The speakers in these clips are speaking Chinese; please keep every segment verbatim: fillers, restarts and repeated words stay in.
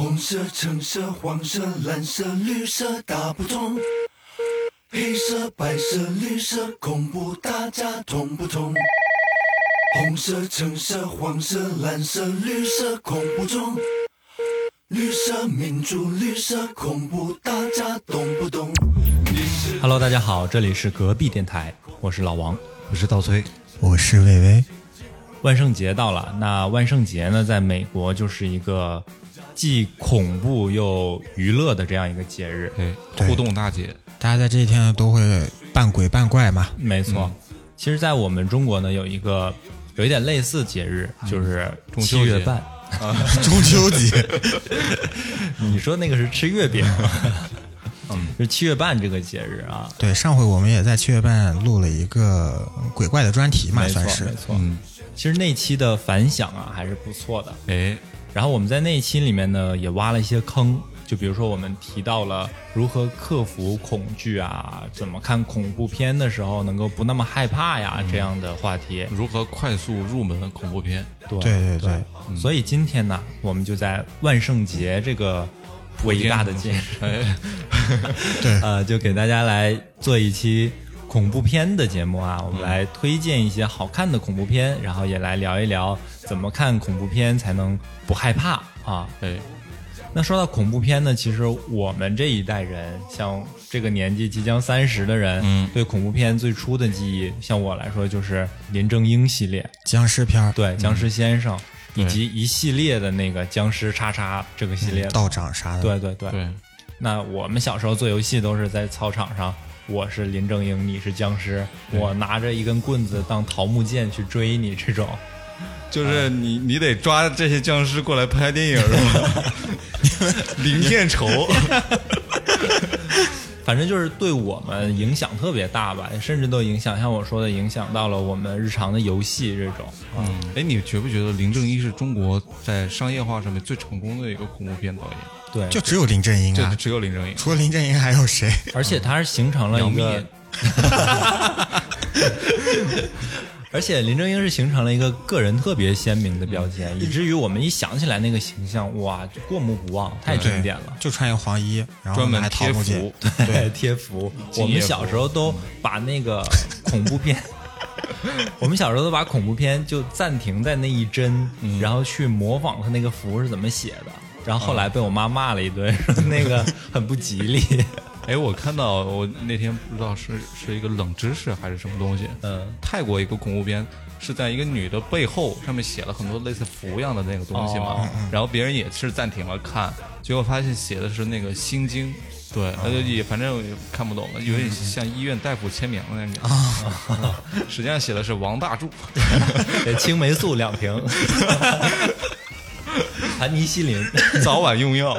红色、橙色、黄色、蓝色、绿色大不同，黑色、白色、绿色恐怖，大家痛不痛？红色、橙色、黄色、蓝色、绿色恐怖中，绿色民主，绿色恐怖，大家懂不懂？ Hello， 大家好，这里是隔壁电台，我是老王， 我是稻崔， 我是魏巍。 万圣节到了，那万圣节呢，在美国就是一个既恐怖又娱乐的这样一个节日， 对，互动大节， 大家在这一天呢都会扮鬼扮怪嘛。 没错、嗯、其实在我们中国呢有一个有一点类似节日，就是七月半、 啊、 中秋节你说那个是吃月饼嗯，是七月半这个节日啊。 对，上回我们也在七月半录了一个鬼怪的专题嘛，算是没错、嗯、其实那期的反响啊还是不错的。 哎， 然后我们在那一期里面呢也挖了一些坑，就比如说我们提到了如何克服恐惧啊，怎么看恐怖片的时候能够不那么害怕呀、嗯、这样的话题， 如何快速入门恐怖片。 对对对 对, 对、 嗯、所以今天呢我们就在万圣节这个伟大的节日， 哎， 对， 呃，就给大家来做一期恐怖片的节目啊，我们来推荐一些好看的恐怖片，然后也来聊一聊怎么看恐怖片才能不害怕啊。 对， 那说到恐怖片呢，其实我们这一代人，像这个年纪即将三十的人，嗯，对恐怖片最初的记忆，像我来说就是林正英系列僵尸片， 对，僵尸先生。嗯，以及一系列的那个僵尸叉叉这个系列的、 嗯、道长啥的， 对对对对。 那我们小时候做游戏都是在操场上，我是林正英，你是僵尸，我拿着一根棍子当桃木剑去追你，这种就是你、嗯、你得抓这些僵尸过来拍电影是吧？零片酬。 反正就是对我们影响特别大吧，甚至都影响，像我说的，影响到了我们日常的游戏这种。 嗯，哎，你觉不觉得林正英是中国在商业化上面最成功的一个恐怖片导演？ 对， 就只有林正英啊， 就只有林正英， 除了林正英还有谁？ 而且他是形成了一个，而且林正英是形成了一个个人特别鲜明的标签、嗯，以至于我们一想起来那个形象，哇，就过目不忘，太经典了。 就穿一个黄衣，然后专门贴符， 对，贴符。我们小时候都把那个恐怖片，我们小时候都把恐怖片就暂停在那一帧、嗯，然后去模仿他那个符是怎么写的。然后后来被我妈骂了一顿，说那个很不吉利。 哎，我看到我那天不知道是是一个冷知识还是什么东西，嗯，泰国一个恐怖片是在一个女的背后上面写了很多类似符一样的那个东西嘛、哦，然后别人也是暂停了看，结果发现写的是那个心经，对，那、哦、就也反正也看不懂了，有点像医院大夫签名的那种，哦、实际上写的是王大柱， 青霉素两瓶。盘尼西林， 早晚用药。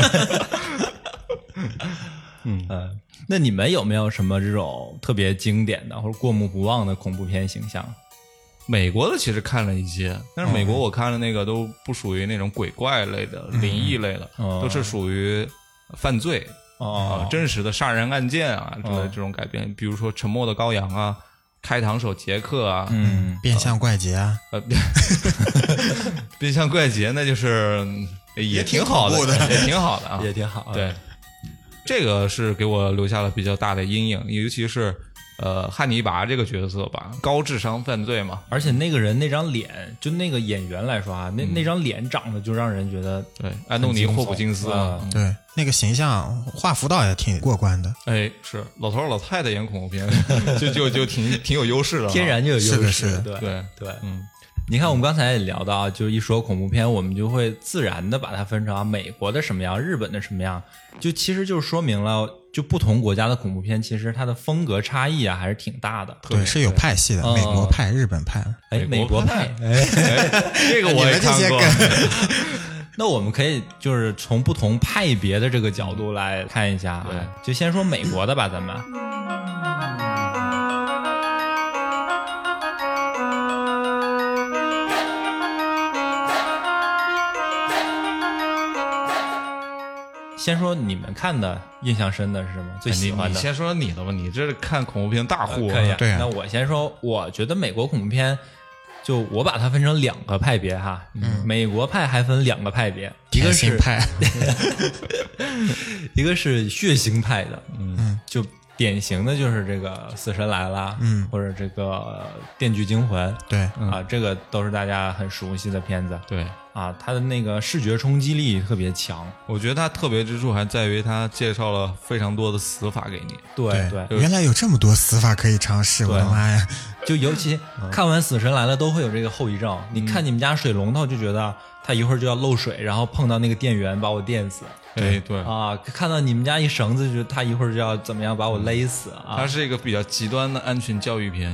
嗯、呃，那你们有没有什么这种特别经典的或者过目不忘的恐怖片形象？ 美国的其实看了一些，但是美国我看的那个都不属于那种鬼怪类的、嗯、灵异类的、嗯，都是属于犯罪啊、 哦呃，真实的杀人案件啊之类的这种改编，哦、比如说《沉默的羔羊》啊。开膛手杰克啊， 嗯，变相怪杰啊， 呃，变相怪杰那就是也挺好的， 也挺好的啊， 也挺好。 对，这个是给我留下了比较大的阴影，尤其是呃汉尼拔这个角色吧，高智商犯罪嘛， 而且那个人那张脸，就那个演员来说啊，那、嗯、那张脸长得就让人觉得对，安东尼霍普金斯啊、 嗯，对。那个形象画幅倒也挺过关的， 哎，是老头老太太演恐怖片，就就就挺挺有优势的， 天然就有优势， 是对对对，嗯，你看我们刚才也聊到，就一说恐怖片，我们就会自然的把它分成啊，美国的什么样，日本的什么样，就其实就是说明了，就不同国家的恐怖片，其实它的风格差异啊还是挺大的， 对，是有派系的，美国派、日本派， 哎，美国派，哎， 这个我也看过。 那我们可以就是从不同派别的这个角度来看一下， 对， 就先说美国的吧，咱们。先说你们看的印象深的是什么？最喜欢的？ 你先说你的吧，你这是看恐怖片大户、 呃、可以、啊。 对、啊， 那我先说，我觉得美国恐怖片。就我把它分成两个派别哈，嗯，美国派还分两个派别， 一个是甜心派， 一个是血腥派的，嗯，就典型的就是这个死神来了， 嗯， 或者这个电锯惊魂， 对， 啊，这个都是大家很熟悉的片子， 对啊，它的那个视觉冲击力特别强， 我觉得它特别之处还在于它介绍了非常多的死法给你。 对对， 原来有这么多死法可以尝试，我的妈呀！ 就尤其看完《死神来了》都会有这个后遗症。你看你们家水龙头就觉得它一会儿就要漏水，然后碰到那个电源把我电死。 对对啊，看到你们家一绳子，就它一会儿就要怎么样把我勒死啊。 它是一个比较极端的安全教育片。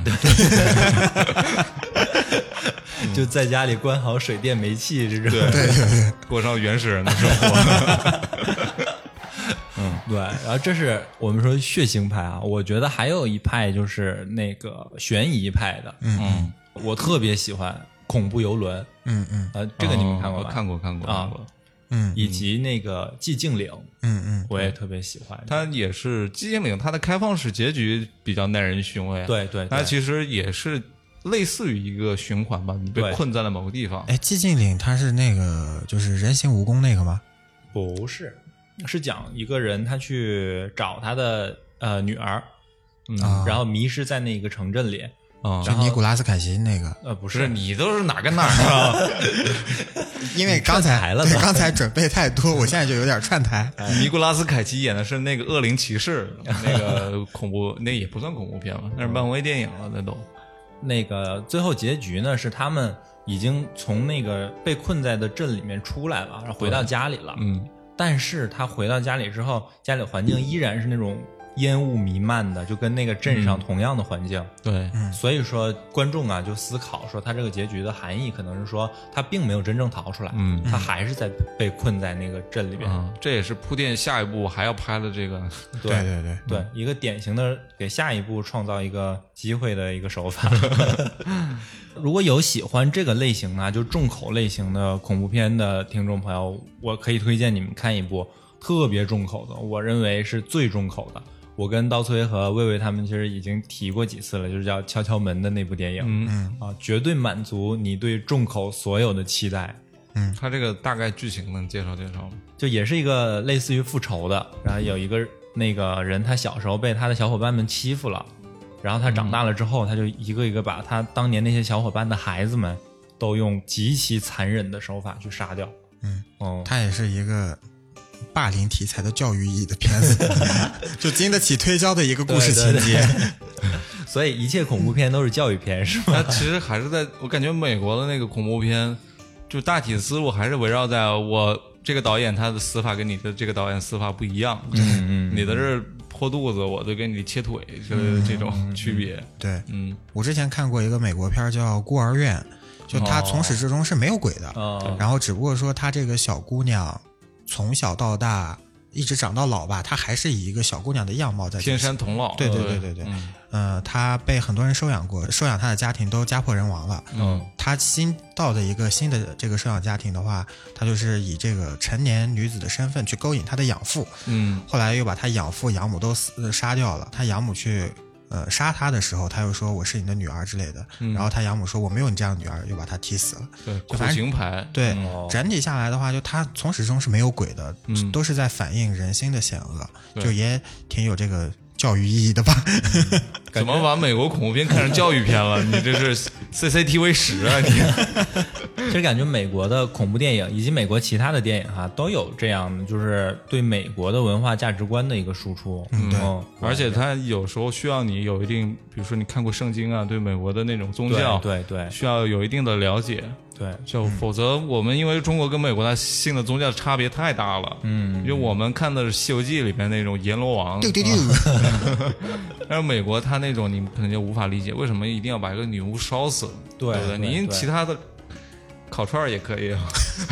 就在家里关好水电煤气这种， 对对对，过上原始人的生活。 嗯，对。然后这是我们说血腥派啊，我觉得还有一派就是那个悬疑派的。 嗯嗯， 我特别喜欢恐怖游轮。 嗯嗯， 呃，这个你们看过吧？ 哦、看过看过啊。 嗯， 以及那个寂静岭。 嗯嗯， 我也特别喜欢。 它也是寂静岭，它的开放式结局比较耐人寻味。 对对， 它其实也是。类似于一个循环吧，你被困在了某个地方。 哎，寂静岭它是那个就是人形蜈蚣那个吗？ 不是，是讲一个人他去找他的呃女儿，嗯， 啊、 然后迷失在那个城镇里。 啊、 嗯，就尼古拉斯凯奇那个？ 呃，不是， 你都是哪跟哪啊？ 因为刚才了， 对，刚才准备太多，我现在就有点串台。 尼古拉斯凯奇演的是那个恶灵骑士，那个恐怖，那也不算恐怖片吧，那是漫威电影了，那都。 那个最后结局呢，是他们已经从那个被困在的镇里面出来了，然后回到家里了。 嗯， 但是他回到家里之后，家里环境依然是那种烟雾弥漫的，就跟那个镇上同样的环境。 对， 嗯，所以说观众啊就思考说，他这个结局的含义可能是说，他并没有真正逃出来， 嗯， 他还是在被困在那个镇里边。 嗯，这也是铺垫下一部还要拍的这个。 对对对对，一个典型的给下一部创造一个机会的一个手法。如果有喜欢这个类型呢，就重口类型的恐怖片的听众朋友，我可以推荐你们看一部特别重口的，我认为是最重口的。我跟刀崔和魏魏他们其实已经提过几次了，就是叫《敲敲门》的那部电影。 嗯嗯啊，绝对满足你对重口所有的期待。 嗯， 他这个大概剧情能介绍介绍吗？ 就也是一个类似于复仇的，然后有一个那个人，他小时候被他的小伙伴们欺负了，然后他长大了之后，他就一个一个把他当年那些小伙伴的孩子们都用极其残忍的手法去杀掉。 嗯哦， 它也是一个霸凌题材的教育意义的片子，就经得起推销的一个故事情节。 对对对所以一切恐怖片都是教育片，是吗？ 它其实还是在我感觉美国的那个恐怖片，就大体思路还是围绕在我这个导演他的死法跟你的这个导演死法不一样。 嗯嗯， 你的是破肚子，我就给你切腿之类的这种区别。 嗯、对， 嗯， 我之前看过一个美国片叫《孤儿院》，就他从始至终是没有鬼的， 哦、 然后只不过说他这个小姑娘从小到大一直长到老吧，她还是以一个小姑娘的样貌在天山童姥。 对对对对对，嗯，呃，她被很多人收养过，收养她的家庭都家破人亡了。 嗯， 她新到的一个新的这个收养家庭的话，她就是以这个成年女子的身份去勾引她的养父。 嗯， 后来又把她养父养母都死、呃、杀掉了。她养母去呃杀她的时候，她又说我是你的女儿之类的。嗯、然后她养母说我没有你这样的女儿，又把她踢死了。 对，苦情牌。 对、 嗯， 整体下来的话，就她从始至终是没有鬼的， 嗯、 都是在反映人心的险恶，就也挺有这个教育意义的吧。 嗯、怎么把美国恐怖片看成教育片了？你这是 C C T V 十啊你！ 其实感觉美国的恐怖电影以及美国其他的电影哈、啊、都有这样，就是对美国的文化价值观的一个输出。 嗯，对。 嗯、 而且它有时候需要你有一定，比如说你看过圣经啊，对美国的那种宗教， 对 对, 对， 需要有一定的了解。 对， 就否则我们因为中国跟美国它信的宗教差别太大了。 嗯， 因为我们看的是《西游记》里面那种阎罗王， 丢丢丢。 但是美国它那种你可能就无法理解，为什么一定要把一个女巫烧死？ 对对不对？你其他的烤串也可以啊。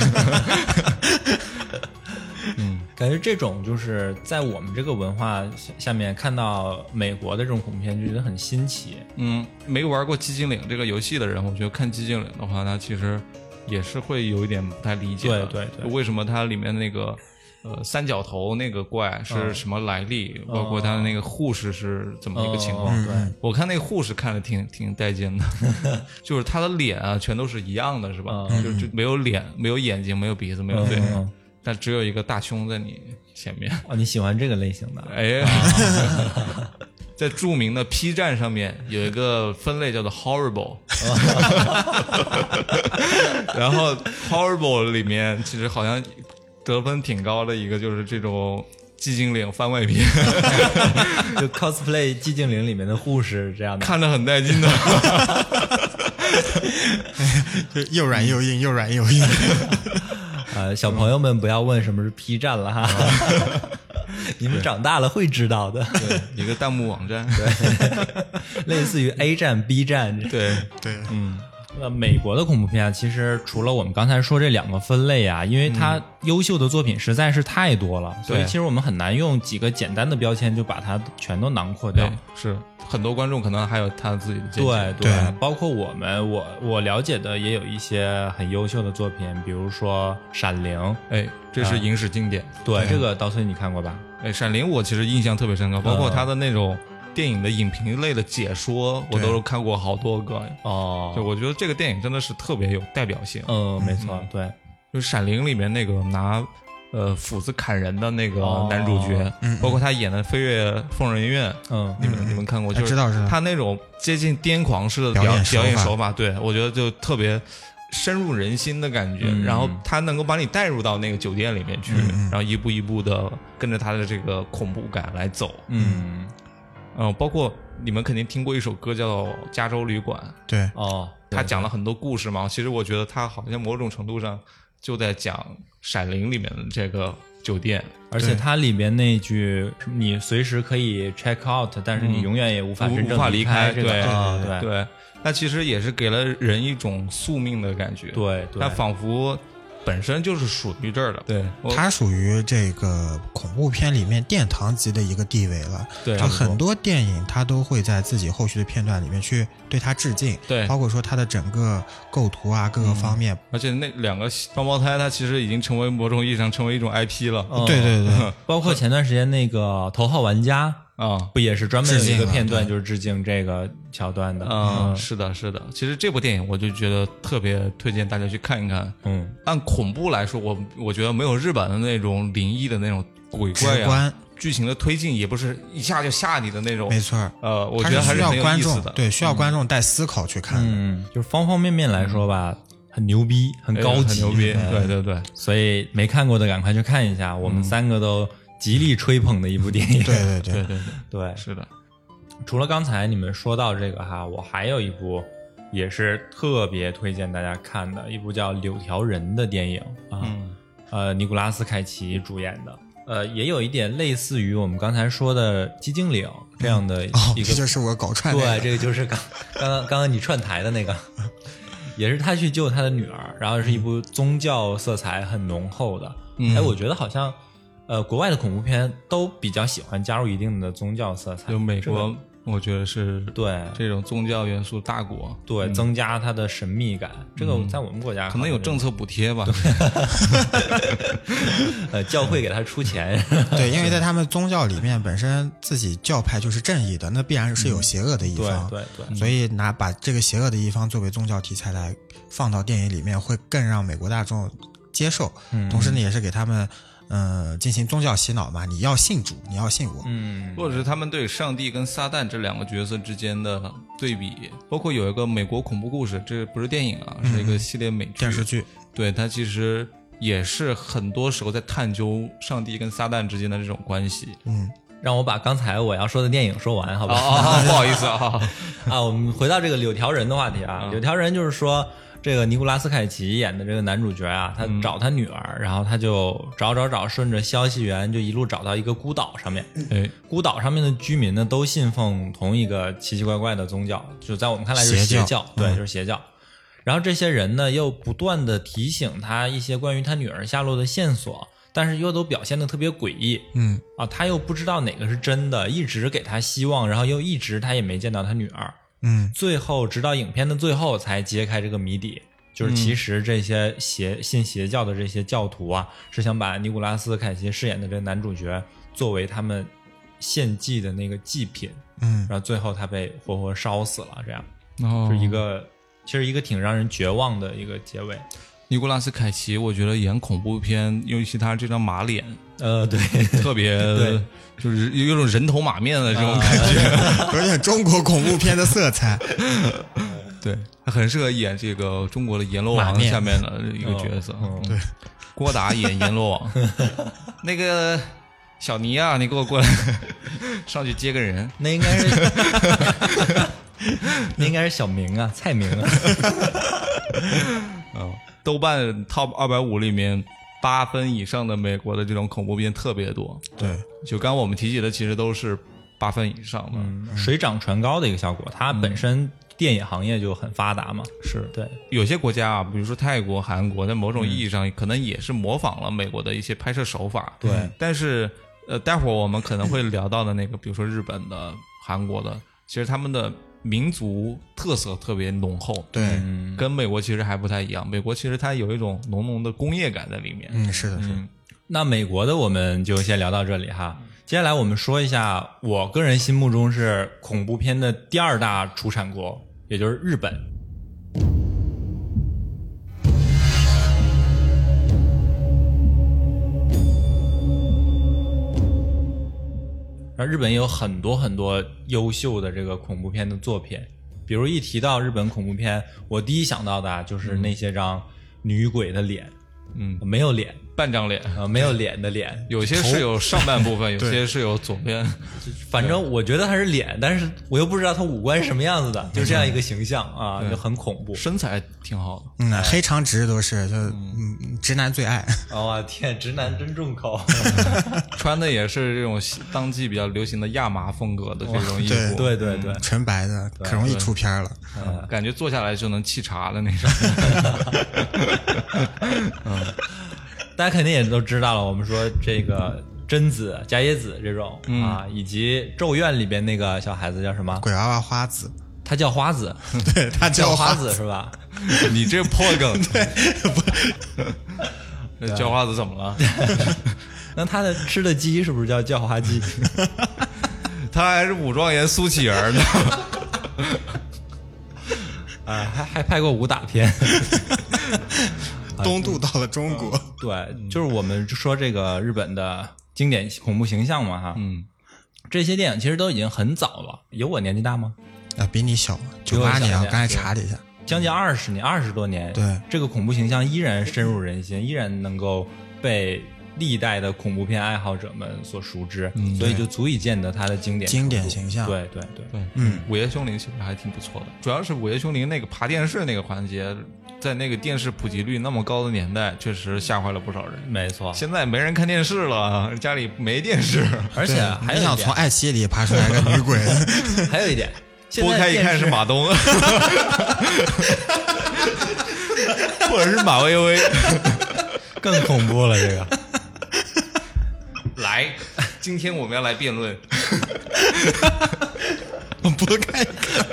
嗯，感觉这种就是在我们这个文化下面看到美国的这种恐怖片，就觉得很新奇。 嗯，没玩过《寂静岭》这个游戏的人，我觉得看《寂静岭》的话，它其实也是会有一点不太理解的。 对对对， 为什么它里面那个呃三角头那个怪是什么来历？ 嗯、 包括它的那个护士是怎么一个情况？ 嗯、对， 我看那个护士看着挺挺带劲的，就是他的脸啊，全都是一样的，是吧？ 嗯、 就就没有脸，没有眼睛，没有鼻子，没有嘴。 嗯但只有一个大胸在你前面。 哦，你喜欢这个类型的？ 哎，在著名的 P 站上面有一个分类叫做 horrible， 然后 horrible 里面其实好像得分挺高的一个就是这种寂静岭番外篇， 就 cosplay 寂静岭里面的护士这样的， 看着很带劲的。 又软又硬，又软又硬。 呃，小朋友们不要问什么是 P 站了哈，你们长大了会知道的。 对，一个弹幕网站， 对，类似于 A 站、B 站。 对对， 嗯。呃，美国的恐怖片啊，其实除了我们刚才说这两个分类啊，因为它优秀的作品实在是太多了，嗯、所以其实我们很难用几个简单的标签就把它全都囊括掉。 是很多观众可能还有他自己的见解。 对 对, 对，包括我们，我我了解的也有一些很优秀的作品，比如说《闪灵》， 哎，这是影史经典。 呃、对, 对，这个刀崔你看过吧？ 哎，《闪灵》我其实印象特别深刻，包括他的那种。电影的影评类的解说我都看过好多个哦， 就我觉得这个电影真的是特别有代表性。 嗯，没错，对， 就是《闪灵》里面那个拿呃斧子砍人的那个男主角， 哦、 包括他演的《飞跃疯人院》， 嗯， 你们、嗯、你们看过？就是知道知道他那种接近癫狂式的表表演表演手法，对我觉得就特别深入人心的感觉。 嗯、 然后他能够把你带入到那个酒店里面去， 嗯、 然后一步一步的跟着他的这个恐怖感来走。 嗯。 嗯，包括你们肯定听过一首歌叫《加州旅馆》， 对哦， 他讲了很多故事嘛。其实我觉得他好像某种程度上就在讲《闪灵》里面的这个酒店， 而且它里边那句“你随时可以 check out， 但是你永远也无法真正无法离开”， 这个、 对、 啊、 对对，那其实也是给了人一种宿命的感觉。 对对， 他仿佛本身就是属于这儿的， 对， 它属于这个恐怖片里面殿堂级的一个地位了。 对， 就很多电影它都会在自己后续的片段里面去对它致敬， 对， 包括说它的整个构图啊各个方面、嗯。 而且那两个双胞胎，它其实已经成为某种意义上成为一种 I P 了。 嗯、 对对对， 包括前段时间那个头号玩家。 啊、 嗯，不也是专门有一个片段就是致敬这个桥段的？ 嗯，嗯是的，是的。其实这部电影我就觉得特别推荐大家去看一看。 嗯， 按恐怖来说，我我觉得没有日本的那种灵异的那种鬼怪啊，剧情的推进也不是一下就吓你的那种。 没错， 呃，我觉得还是需要很有观众意思的。 对，需要观众带思考去看的。 嗯，就是方方面面来说吧，很牛逼，很高级， 很牛逼。对对对， 所以没看过的赶快去看一下。我们三个都。极力吹捧的一部电影， 对对对对对对， 是的。 除了刚才你们说到这个哈，我还有一部也是特别推荐大家看的一部叫《柳条人》的电影啊， 嗯、 呃，尼古拉斯凯奇主演的，呃，也有一点类似于我们刚才说的《寂静岭》这样的一个， 嗯、哦，这就是我搞串的、那个，对，这个就是刚刚刚刚刚你串台的那个，也是他去救他的女儿，然后是一部宗教色彩很浓厚的， 嗯、 哎，我觉得好像。呃，国外的恐怖片都比较喜欢加入一定的宗教色彩， 就美国，我觉得是对这种宗教元素大国， 对、嗯、增加它的神秘感。这个在我们国家可能有政策补贴吧， 呃，教会给他出钱， 对，因为在他们宗教里面，本身自己教派就是正义的，那必然是有邪恶的一方， 嗯、对对对， 所以拿把这个邪恶的一方作为宗教题材来放到电影里面，会更让美国大众接受， 嗯、 同时呢，也是给他们。呃，进行宗教洗脑嘛，你要信主，你要信我， 嗯， 或者是他们对上帝跟撒旦这两个角色之间的对比，包括有一个美国恐怖故事，这不是电影啊， 嗯、 是一个系列美剧电视剧， 对，它其实也是很多时候在探究上帝跟撒旦之间的这种关系。 嗯， 让我把刚才我要说的电影说完，好吧？ 哦，不好意思啊， 啊，我们回到这个柳条人的话题啊， 嗯、 柳条人就是说。这个尼古拉斯凯奇演的这个男主角啊，他找他女儿，嗯、然后他就找找找，顺着消息源就一路找到一个孤岛上面。 哎， 孤岛上面的居民呢，都信奉同一个奇奇怪怪的宗教，就在我们看来就是邪教， 邪教对， 嗯、 就是邪教。然后这些人呢，又不断的提醒他一些关于他女儿下落的线索，但是又都表现得特别诡异。 嗯啊，他又不知道哪个是真的，一直给他希望，然后又一直他也没见到他女儿。 嗯， 最后直到影片的最后才揭开这个谜底，就是其实这些邪信邪教的这些教徒啊，是想把尼古拉斯凯奇饰演的这个男主角作为他们献祭的那个祭品， 嗯， 然后最后他被活活烧死了，这样， 哦， 是一个其实一个挺让人绝望的一个结尾。 尼古拉斯凯奇，我觉得演恐怖片，尤其他这张马脸， 呃，对， 特别就是有种人头马面的这种感觉， 有点中国恐怖片的色彩。 对，他很适合演这个中国的阎罗王下面的一个角色。 哦对， 郭达演阎罗王，那个小尼啊，你给我过来，上去接个人。 那应该是那应该是小明啊，蔡明啊。 嗯，豆瓣 Top 二百五里面八分以上的美国的这种恐怖片特别多。 对， 就刚刚我们提起的，其实都是八分以上的， 嗯，水涨船高的一个效果。它本身电影行业就很发达嘛， 是对。 有些国家啊，比如说泰国、韩国，在某种意义上可能也是模仿了美国的一些拍摄手法。 对， 但是呃，待会儿我们可能会聊到的那个，比如说日本的、韩国的，其实他们的民族特色特别浓厚。 对， 嗯， 跟美国其实还不太一样。美国其实它有一种浓浓的工业感在里面。 嗯，是的，是的。 嗯， 那美国的我们就先聊到这里哈。接下来我们说一下，我个人心目中是恐怖片的第二大出产国，也就是日本。而日本也有很多很多优秀的这个恐怖片的作品，比如一提到日本恐怖片，我第一想到的就是那些张女鬼的脸， 嗯， 没有脸， 半张脸， 呃，没有脸的脸， 有些是有上半部分，有些是有左边。 反正我觉得它是脸，但是我又不知道它五官是什么样子的，就这样一个形象啊，就很恐怖。 身材挺好的， 嗯，黑长直都是，就嗯，直男最爱。 哦，我天，直男真重口。 穿的也是这种当季比较流行的亚麻风格的这种衣服， 对对对， 纯白的，可容易出片了。 嗯，感觉坐下来就能沏茶的那种。 嗯，大家肯定也都知道了，我们说这个贞子、伽椰子这种、嗯、啊，以及咒怨里边那个小孩子叫什么？ 鬼娃娃花子， 他叫花子， 对他叫花子是吧？ 你这破梗， 对， 不，叫花子怎么了？ 那他的吃的鸡是不是叫叫花鸡？ 他还是武状元苏乞儿呢。 啊，还还拍过武打片。 东渡到了中国， 对，就是我们说这个日本的经典恐怖形象嘛，哈， 嗯， 这些电影其实都已经很早了，有我年纪大吗？ 啊，比你小，九八年，我刚才查了一下， 将近二十年，二十多年， 对， 这个恐怖形象依然深入人心，依然能够被历代的恐怖片爱好者们所熟知， 嗯、 所以就足以见得它的经典经典形象。 对对对对，嗯，午夜凶铃其实还挺不错的，主要是午夜凶铃那个爬电视那个环节，在那个电视普及率那么高的年代，确实吓坏了不少人。 没错， 现在没人看电视了，家里没电视， 而且还有你想从爱奇艺里爬出来个女鬼， 还有一点， 拨开一看是马东，或者是马薇薇， 更恐怖了这个。 来，今天我们要来辩论。 拨开一看，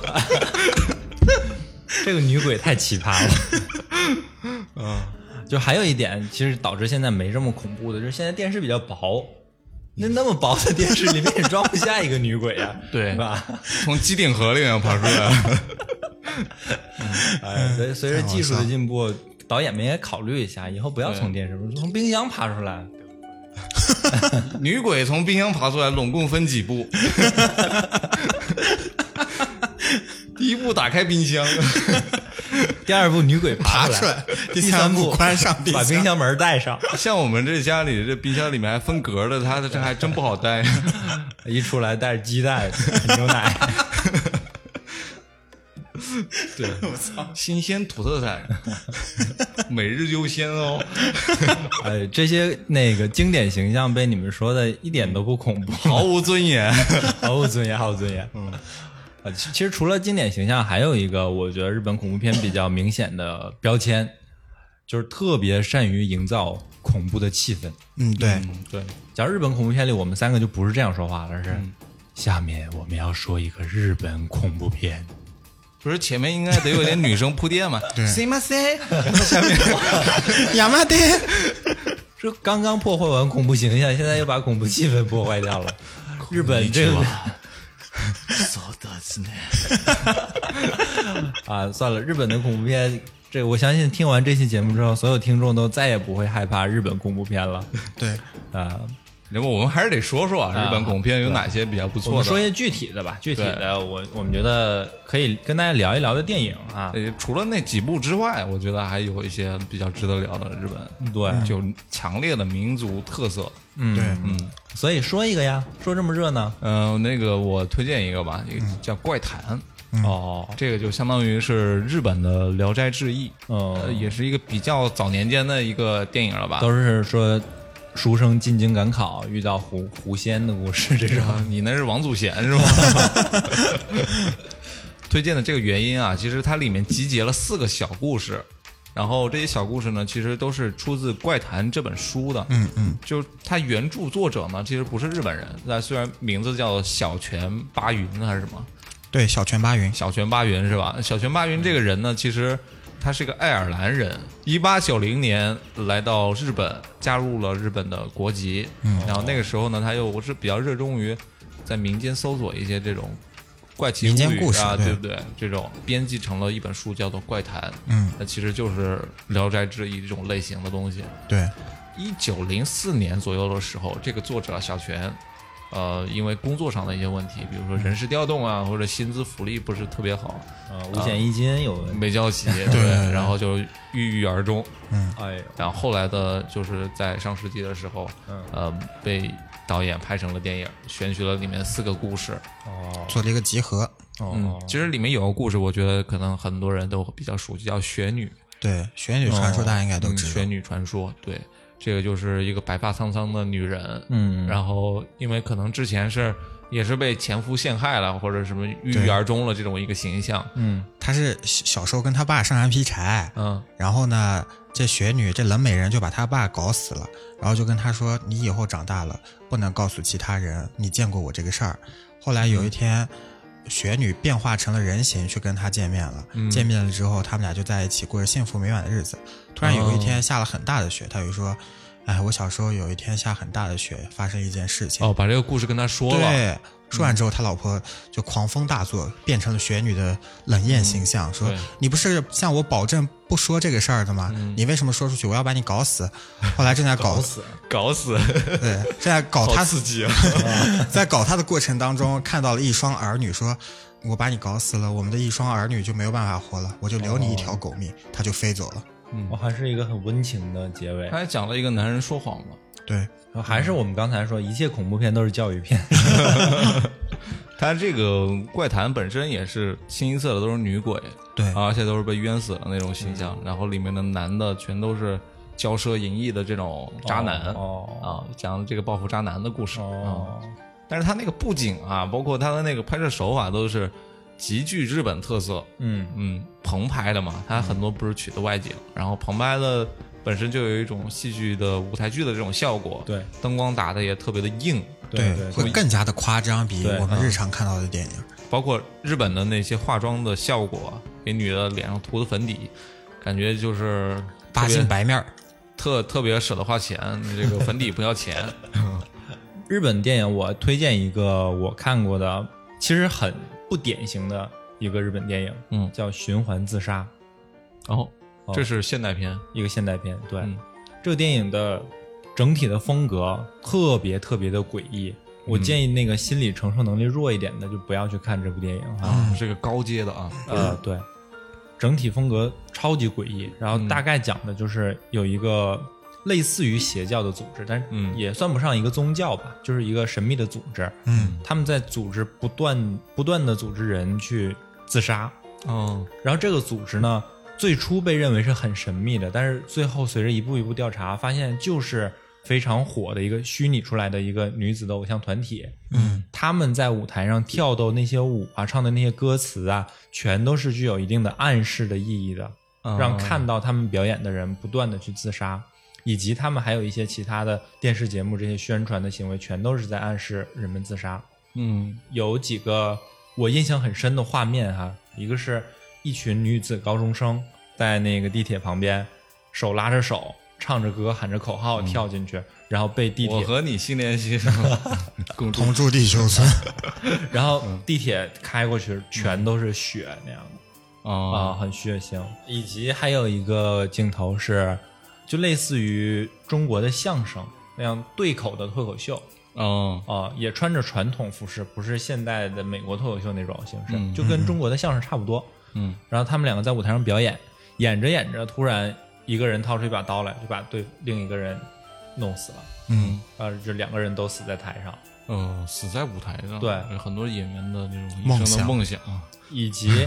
这个女鬼太奇葩了。嗯，就还有一点，其实导致现在没这么恐怖的，就是现在电视比较薄。那那么薄的电视里面也装不下一个女鬼啊， 对吧？ 从机顶盒里面爬出来。 哎，随随着技术的进步，导演们也考虑一下，以后不要从电视，从冰箱爬出来。 女鬼从冰箱爬出来，拢共分几步？第一步打开冰箱， 第二步女鬼爬出来， 第三步关上冰箱， 把冰箱门带上。 像我们这家里这冰箱里面还分格的，它这还真不好带。 一出来带着鸡蛋、牛奶。 对，我操，新鲜土特产，每日优鲜哦。 哎，这些那个经典形象被你们说的一点都不恐怖， 毫无尊严， 毫无尊严，毫无尊严。嗯，啊，其其实除了经典形象，还有一个我觉得日本恐怖片比较明显的标签，就是特别善于营造恐怖的气氛。 嗯，对、 嗯、对。 假如日本恐怖片里，我们三个就不是这样说话了，是、嗯、下面我们要说一个日本恐怖片。 不是前面应该得有点女生铺垫嘛？ 对， すいません，下面亚麻爹， 这刚刚破坏完恐怖形象，现在又把恐怖气氛破坏掉了。日本这个， そうですね。 啊，算了，日本的恐怖片这个我相信听完这期节目之后，所有听众都再也不会害怕日本恐怖片了。 对啊， 那么我们还是得说说啊，日本恐怖片有哪些比较不错的。 我们说一些具体的吧，具体的我我们觉得可以跟大家聊一聊的电影啊。 呃，除了那几部之外，我觉得还有一些比较值得聊的日本， 对， 就强烈的民族特色。 嗯， 对， 嗯， 所以说一个呀，说这么热闹， 嗯、呃，那个我推荐一个吧，一个叫《怪谈》。 嗯、 哦， 这个就相当于是日本的《聊斋志异》， 嗯、 呃，也是一个比较早年间的一个电影了吧？ 都是说书生进京赶考遇到狐狐仙的故事，这种、 啊、你那是王祖贤是吗？推荐的这个原因啊，其实它里面集结了四个小故事，然后这些小故事呢，其实都是出自《怪谈》这本书的。 嗯嗯， 就它原著作者呢，其实不是日本人，那虽然名字叫小泉八云还是什么？ 对，小泉八云， 小泉八云是吧？小泉八云这个人呢，其实他是个爱尔兰人，一八九零年来到日本，加入了日本的国籍。嗯，然后那个时候呢，他又是比较热衷于在民间搜索一些这种怪奇民间故事啊， 对对不对？这种编辑成了一本书，叫做《怪谈》。 嗯， 那其实就是《聊斋志异》这种类型的东西。 对， 一九零四年左右的时候，这个作者小泉。呃，因为工作上的一些问题，比如说人事调动啊，或者薪资福利不是特别好， 啊，五险一金有问题， 没交齐，对， 对然后就郁郁而终。 嗯， 哎呦， 然后后来的，就是在上世纪的时候， 嗯呃，被导演拍成了电影，选取了里面四个故事。 哦做了一个集合。 嗯哦，， 其实里面有个故事，我觉得可能很多人都比较熟悉，叫雪女。 对，玄女传说大家应该都嗯， 知道。 雪女传说，对。这个就是一个白发苍苍的女人， 嗯， 然后因为可能之前是也是被前夫陷害了，或者什么郁郁而终了这种一个形象， 嗯， 他是小时候跟他爸上山劈柴， 嗯， 然后呢，这雪女这冷美人就把他爸搞死了，然后就跟他说：“你以后长大了不能告诉其他人你见过我这个事儿。”后来有一天，雪女变化成了人形去跟他见面了， 嗯、 见面了之后，他们俩就在一起过着幸福美满的日子。突然有一天下了很大的雪，他就说：“哎，我小时候有一天下很大的雪，发生一件事情。” 哦，把这个故事跟他说了。 对，说完之后，他老婆就狂风大作，变成了雪女的冷艳形象， 嗯、 说：“你不是向我保证不说这个事儿的吗？嗯、你为什么说出去？我要把你搞死。”后来正在搞死， 搞死， 对，正在搞他刺激啊！ 在搞他的过程当中，看到了一双儿女，说：“我把你搞死了，我们的一双儿女就没有办法活了，我就留你一条狗命。哦”他就飞走了。 嗯，我、哦、还是一个很温情的结尾。 他还讲了一个男人说谎嘛。 对， 还是我们刚才说，一切恐怖片都是教育片。 他这个怪谈本身也是清一色的都是女鬼， 对， 而且都是被冤死的那种形象，嗯、然后里面的男的全都是骄奢淫逸的这种渣男， 哦啊，讲这个报复渣男的故事。 哦、 嗯，但是他那个布景啊，包括他的那个拍摄手法都是极具日本特色。 嗯嗯，棚拍的嘛，他很多不是取的外景，嗯、然后棚拍的本身就有一种戏剧的舞台剧的这种效果， 对， 灯光打的也特别的硬， 对对， 会更加的夸张，比我们日常看到的电影， 包括日本的那些化妆的效果，给女的脸上涂的粉底，感觉就是八斤白面， 特特别舍得花钱，这个粉底不要钱。 日本电影我推荐一个我看过的，其实很不典型的一个日本电影， 嗯， 叫《循环自杀》。 哦，这是现代片， 一个现代片。对， 嗯、 这个电影的整体的风格特别特别的诡异。我建议那个心理承受能力弱一点的就不要去看这部电影啊， 嗯、是个高阶的啊。 呃，对，整体风格超级诡异。然后大概讲的就是有一个类似于邪教的组织，但是也算不上一个宗教吧，就是一个神秘的组织。 嗯， 他们在组织不断不断的组织人去自杀。 哦， 然后这个组织呢，最初被认为是很神秘的，但是最后随着一步一步调查，发现就是非常火的一个虚拟出来的一个女子的偶像团体。 嗯， 他们在舞台上跳逗那些舞啊，唱的那些歌词啊，全都是具有一定的暗示的意义的， 嗯、 让看到他们表演的人不断的去自杀，以及他们还有一些其他的电视节目这些宣传的行为，全都是在暗示人们自杀。 嗯， 有几个我印象很深的画面哈，一个是一群女子高中生在那个地铁旁边，手拉着手，唱着歌，喊着口号跳进去，嗯、然后被地铁我和你心连心， 同住地球村， 然后地铁开过去全都是血那样的。 啊、 啊， 很血腥。以及还有一个镜头是，就类似于中国的相声那样对口的脱口秀。 嗯啊、也穿着传统服饰，不是现代的美国脱口秀那种形式， 嗯就跟中国的相声差不多。 嗯， 然后他们两个在舞台上表演，演着演着，突然一个人掏出一把刀来，就把对另一个人弄死了。 嗯， 啊，这两个人都死在台上， 哦，死在舞台上， 对， 很多演员的那种一梦想生的梦想啊。 以及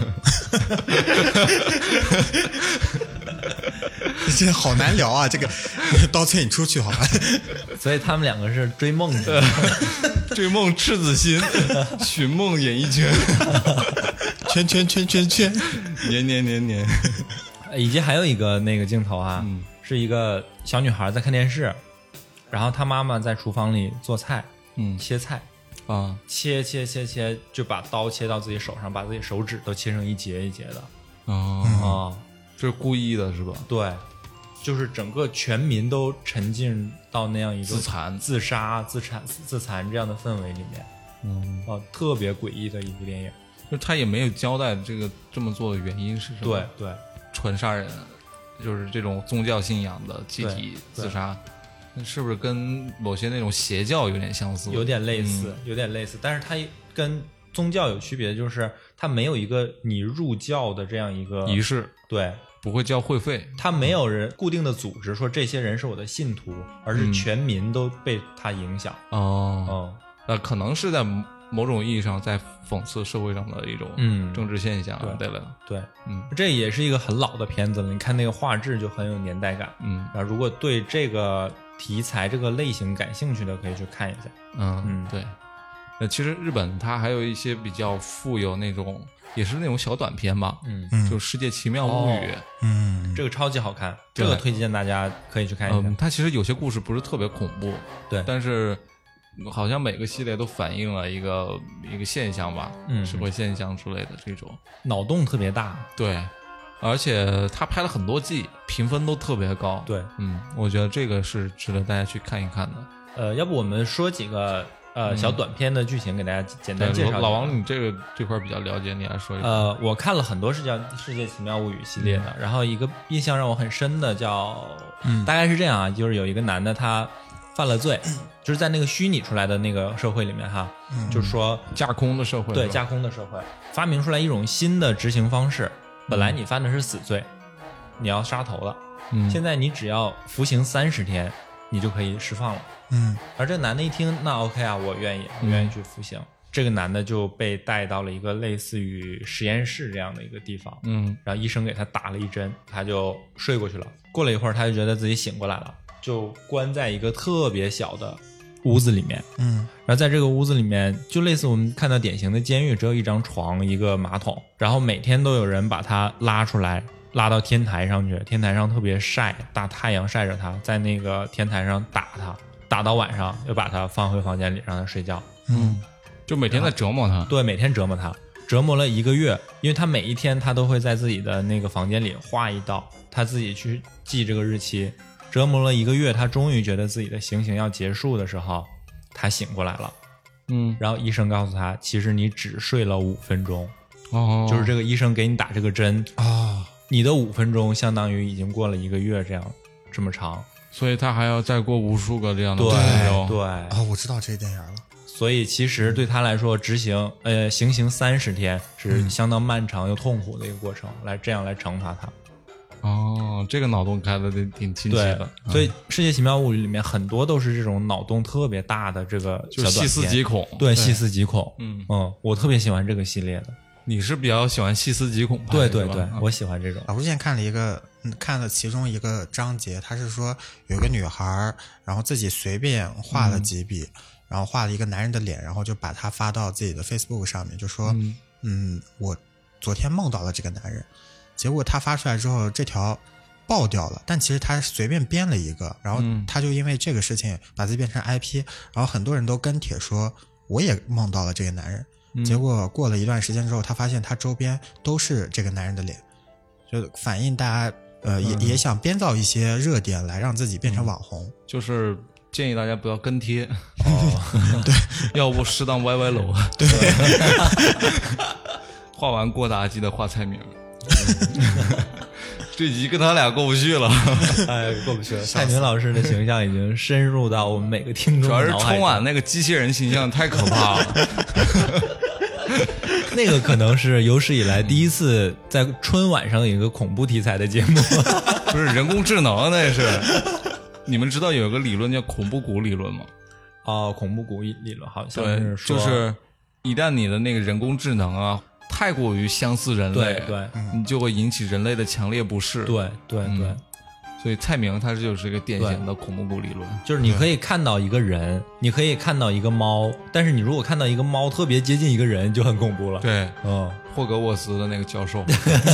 这好难聊啊！这个刀催你出去好吧？ 所以他们两个是追梦的。 追梦赤子心，寻梦演艺圈， 圈圈圈圈圈， 年年年年。 以及还有一个那个镜头啊， 嗯是一个小女孩在看电视，然后她妈妈在厨房里做菜， 嗯切菜， 啊， 切切切切，就把刀切到自己手上，把自己手指都切成一节一节的哦， 啊、 这是故意的是吧？ 对，就是整个全民都沉浸到那样一个自残自杀、自残、自残这样的氛围里面， 嗯， 啊，特别诡异的一部电影。 就他也没有交代这个这么做的原因是什么。 对，对， 纯杀人，就是这种宗教信仰的集体对自杀，那是不是跟某些那种邪教有点相似？ 有点类似，有点类似，但是它跟宗教有区别，就是它没有一个你入教的这样一个仪式， 对， 不会交会费。 它没有人固定的组织说这些人是我的信徒，而是全民都被它影响。 哦， 嗯， 呃，可能是在某种意义上在讽刺社会上的一种嗯政治现象。 对对了， 对， 嗯这也是一个很老的片子了，你看那个画质就很有年代感。 嗯然后如果对这个题材、这个类型感兴趣的，可以去看一下。 嗯嗯对。呃，其实日本它还有一些比较富有那种，也是那种小短片吧， 嗯， 就《世界奇妙物语》。 嗯， 这个超级好看， 对这个推荐大家可以去看一下。 嗯，它其实有些故事不是特别恐怖， 对但是好像每个系列都反映了一个一个现象吧， 嗯社会现象之类的这种。 脑洞特别大。 对，而且他拍了很多季，评分都特别高。 对， 嗯，我觉得这个是值得大家去看一看的。 呃，要不我们说几个呃小短片的剧情给大家简单介绍一下。 对老王，你这个这块比较了解，你来说一说。 呃，我看了很多是叫《世界奇妙物语》系列的，然后一个印象让我很深的叫，大概是这样啊，就是有一个男的他犯了罪，就是在那个虚拟出来的那个社会里面哈，就是说架空的社会，是吧对架空的社会发明出来一种新的执行方式，本来你犯的是死罪，你要杀头了， 嗯现在你只要服刑三十天，你就可以释放了。 嗯而这男的一听，那 OK 啊，我愿意，我愿意去服刑。这个男的就被带到了一个类似于实验室这样的一个地方， 嗯然后医生给他打了一针，他就睡过去了。过了一会儿，他就觉得自己醒过来了，就关在一个特别小的屋子里面。 嗯然后在这个屋子里面，就类似我们看到典型的监狱，只有一张床、一个马桶，然后每天都有人把他拉出来，拉到天台上去。天台上特别晒，大太阳晒着他，在那个天台上打他，打到晚上又把他放回房间里让他睡觉。 嗯就每天在折磨他。 对，每天折磨他，折磨了一个月，因为他每一天他都会在自己的那个房间里画一道，他自己去记这个日期。折磨了一个月，他终于觉得自己的行刑要结束的时候，他醒过来了。 嗯， 然后医生告诉他，其实你只睡了五分钟， 哦， 就是这个医生给你打这个针， 啊， 你的五分钟相当于已经过了一个月这样这么长。 所以他还要再过无数个这样的对分钟。 对， 啊，我知道这个电影了。 所以其实对他来说，执行呃行刑三十天是相当漫长又痛苦的一个过程，来这样来惩罚他。 哦，这个脑洞开的挺挺清晰对的，， 所以《世界奇妙物语》里面很多都是这种脑洞特别大的这个小短片， 就是细思极恐。 对，细思极恐。 嗯嗯，我特别喜欢这个系列的。 你是比较喜欢细思极恐派的， 对对对是吧， 我喜欢这种。 啊，我之前看了一个，嗯看了其中一个章节，他是说有个女孩儿，然后自己随便画了几笔，然后画了一个男人的脸，然后就把它发到自己的 Facebook 上面，就说， 嗯嗯，我昨天梦到了这个男人，结果他发出来之后，这条爆掉了，但其实他随便编了一个，然后嗯他就因为这个事情把自己变成 I P，然后很多人都跟帖说我也梦到了这个男人。结果过了一段时间之后，他发现他周边都是这个男人的脸，就反映大家呃也、 嗯也想编造一些热点来让自己变成网红。 就是建议大家不要跟贴哦，对，要不适当歪歪楼。 对， 画完郭达记得画菜名。 这集跟他俩过不去了。 哎，过不去了。蔡明老师的形象已经深入到我们每个听众主要是的脑海中。 春晚那个机器人形象太可怕了。 那个可能是有史以来第一次在春晚上有一个恐怖题材的节目。 不是人工智能，那是。你们知道有一个理论叫恐怖谷理论吗？ 哦，恐怖谷理论好像对， 是说， 就是一旦你的那个人工智能啊太过于相似人类， 对对， 你就会引起人类的强烈不适。 对对对。 嗯所以蔡明他就是一个典型的恐怖谷理论， 就是你可以看到一个人，你可以看到一个猫，但是你如果看到一个猫特别接近一个人，就很恐怖了。 对， 嗯， 霍格沃茨的那个教授。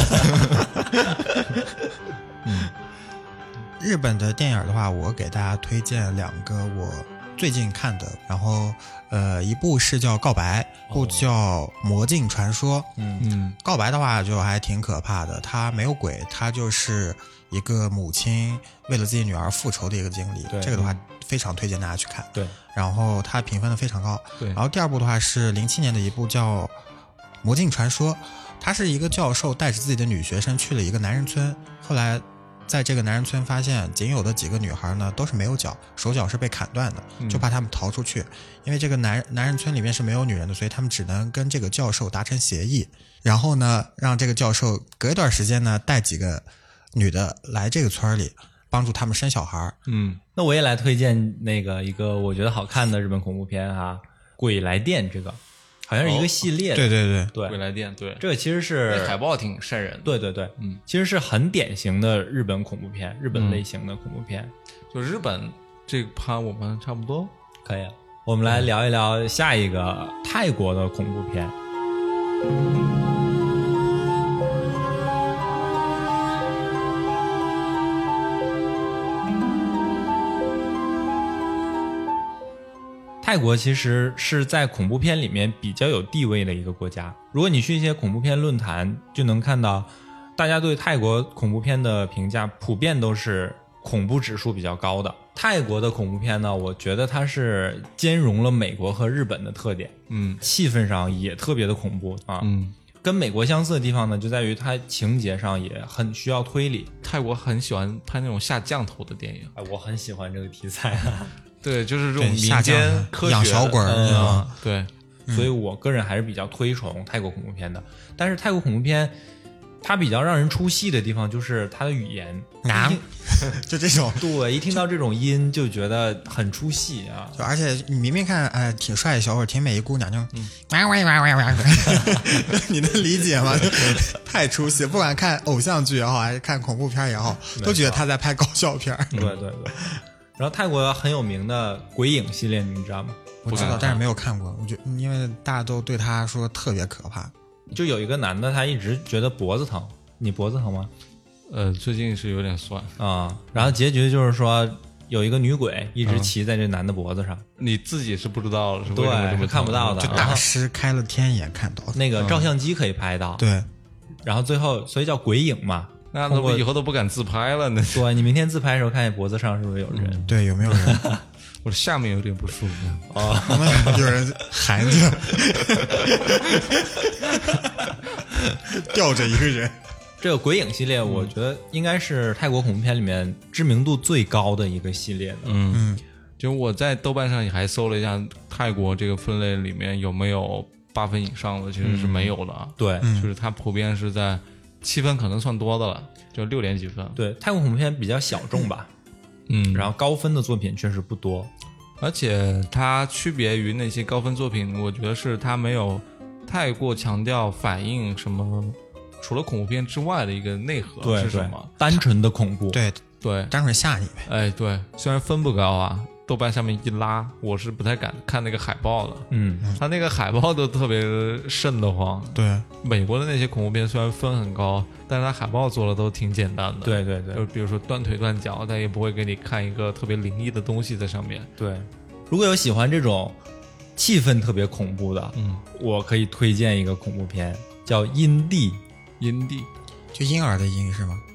嗯，日本的电影的话，我给大家推荐两个我最近看的，然后呃，一部是叫《告白》，一部叫《魔镜传说》。 嗯嗯， 告白的话就还挺可怕的，它没有鬼，它就是一个母亲为了自己女儿复仇的一个经历。这个的话非常推荐大家去看。 对， 然后它评分的非常高。 对， 然后第二部的话是零七年的一部叫《魔镜传说》，他是一个教授带着自己的女学生去了一个男人村，后来在这个男人村发现仅有的几个女孩呢都是没有脚，手脚是被砍断的，就怕他们逃出去。嗯、因为这个男男人村里面是没有女人的，所以他们只能跟这个教授达成协议，然后呢让这个教授隔一段时间呢带几个女的来这个村里帮助他们生小孩。 嗯， 那我也来推荐那个一个我觉得好看的日本恐怖片哈，《鬼来电》，这个好像是一个系列的。 哦、对对对对， 鬼来电，对， 这个其实是那海报挺瘆人的。 对对对， 嗯， 其实是很典型的日本恐怖片，日本类型的恐怖片。 嗯、就日本这个趴我们差不多可以。我们来聊一聊下一个泰国的恐怖片。泰国其实是在恐怖片里面比较有地位的一个国家。如果你去一些恐怖片论坛，就能看到大家对泰国恐怖片的评价普遍都是恐怖指数比较高的。泰国的恐怖片呢，我觉得它是兼容了美国和日本的特点， 嗯， 气氛上也特别的恐怖啊。 嗯， 跟美国相似的地方呢，就在于它情节上也很需要推理。 泰国很喜欢拍那种下降头的电影， 哎，我很喜欢这个题材啊。 对，就是这种民间科学养小鬼儿、 嗯嗯，对， 所以我个人还是比较推崇泰国恐怖片的。但是泰国恐怖片它比较让人出戏的地方就是它的语言啊，就这种， 对，一听到这种音就觉得很出戏啊。 就而且你明明看哎挺帅的小伙，挺美一姑娘，就哇哇哇哇哇，你能理解吗？太出戏，不管看偶像剧也好，还是看恐怖片也好，都觉得他在拍搞笑片。 对对对。然后泰国很有名的鬼影系列，你们知道吗？ 我知道，但是没有看过。我觉得因为大家都对他说特别可怕。 就有一个男的，他一直觉得脖子疼。你脖子疼吗？ 呃，最近是有点酸啊。然后结局就是说，有一个女鬼一直骑在这男的脖子上。 嗯、你自己是不知道是对， 为什么这么看不到的。 就大师开了天眼看到的。 那个照相机可以拍到。 嗯、对。 然后最后，所以叫鬼影嘛。 那我以后都不敢自拍了呢。 对，你明天自拍的时候看见脖子上是不是有人？ 嗯、对，有没有人？ 我的下面有点不舒服。 哦， 有人含着，吊着一个人。 这个鬼影系列，我觉得应该是泰国恐怖片里面知名度最高的一个系列的。 嗯嗯，就我在豆瓣上也还搜了一下，泰国这个分类里面有没有八分以上的，其实是没有的。 嗯、对， 就是它普遍是在七分可能算多的了，就六点几分。 对，泰国恐怖片比较小众吧。 嗯， 然后高分的作品确实不多， 而且它区别于那些高分作品，我觉得是它没有太过强调反映什么除了恐怖片之外的一个内核是什么， 单纯的恐怖， 对对， 单纯吓你呗。 哎，对，虽然分不高啊，豆瓣上面一拉，我是不太敢看那个海报的。 嗯， 它那个海报都特别瘆得慌。 对， 美国的那些恐怖片虽然分很高，但是它海报做的都挺简单的。 对对对， 就比如说断腿断脚，它也不会给你看一个特别灵异的东西在上面。 对，如果有喜欢这种气氛特别恐怖的， 嗯， 我可以推荐一个恐怖片，叫《阴地》。 阴地， 就婴儿的婴是吗？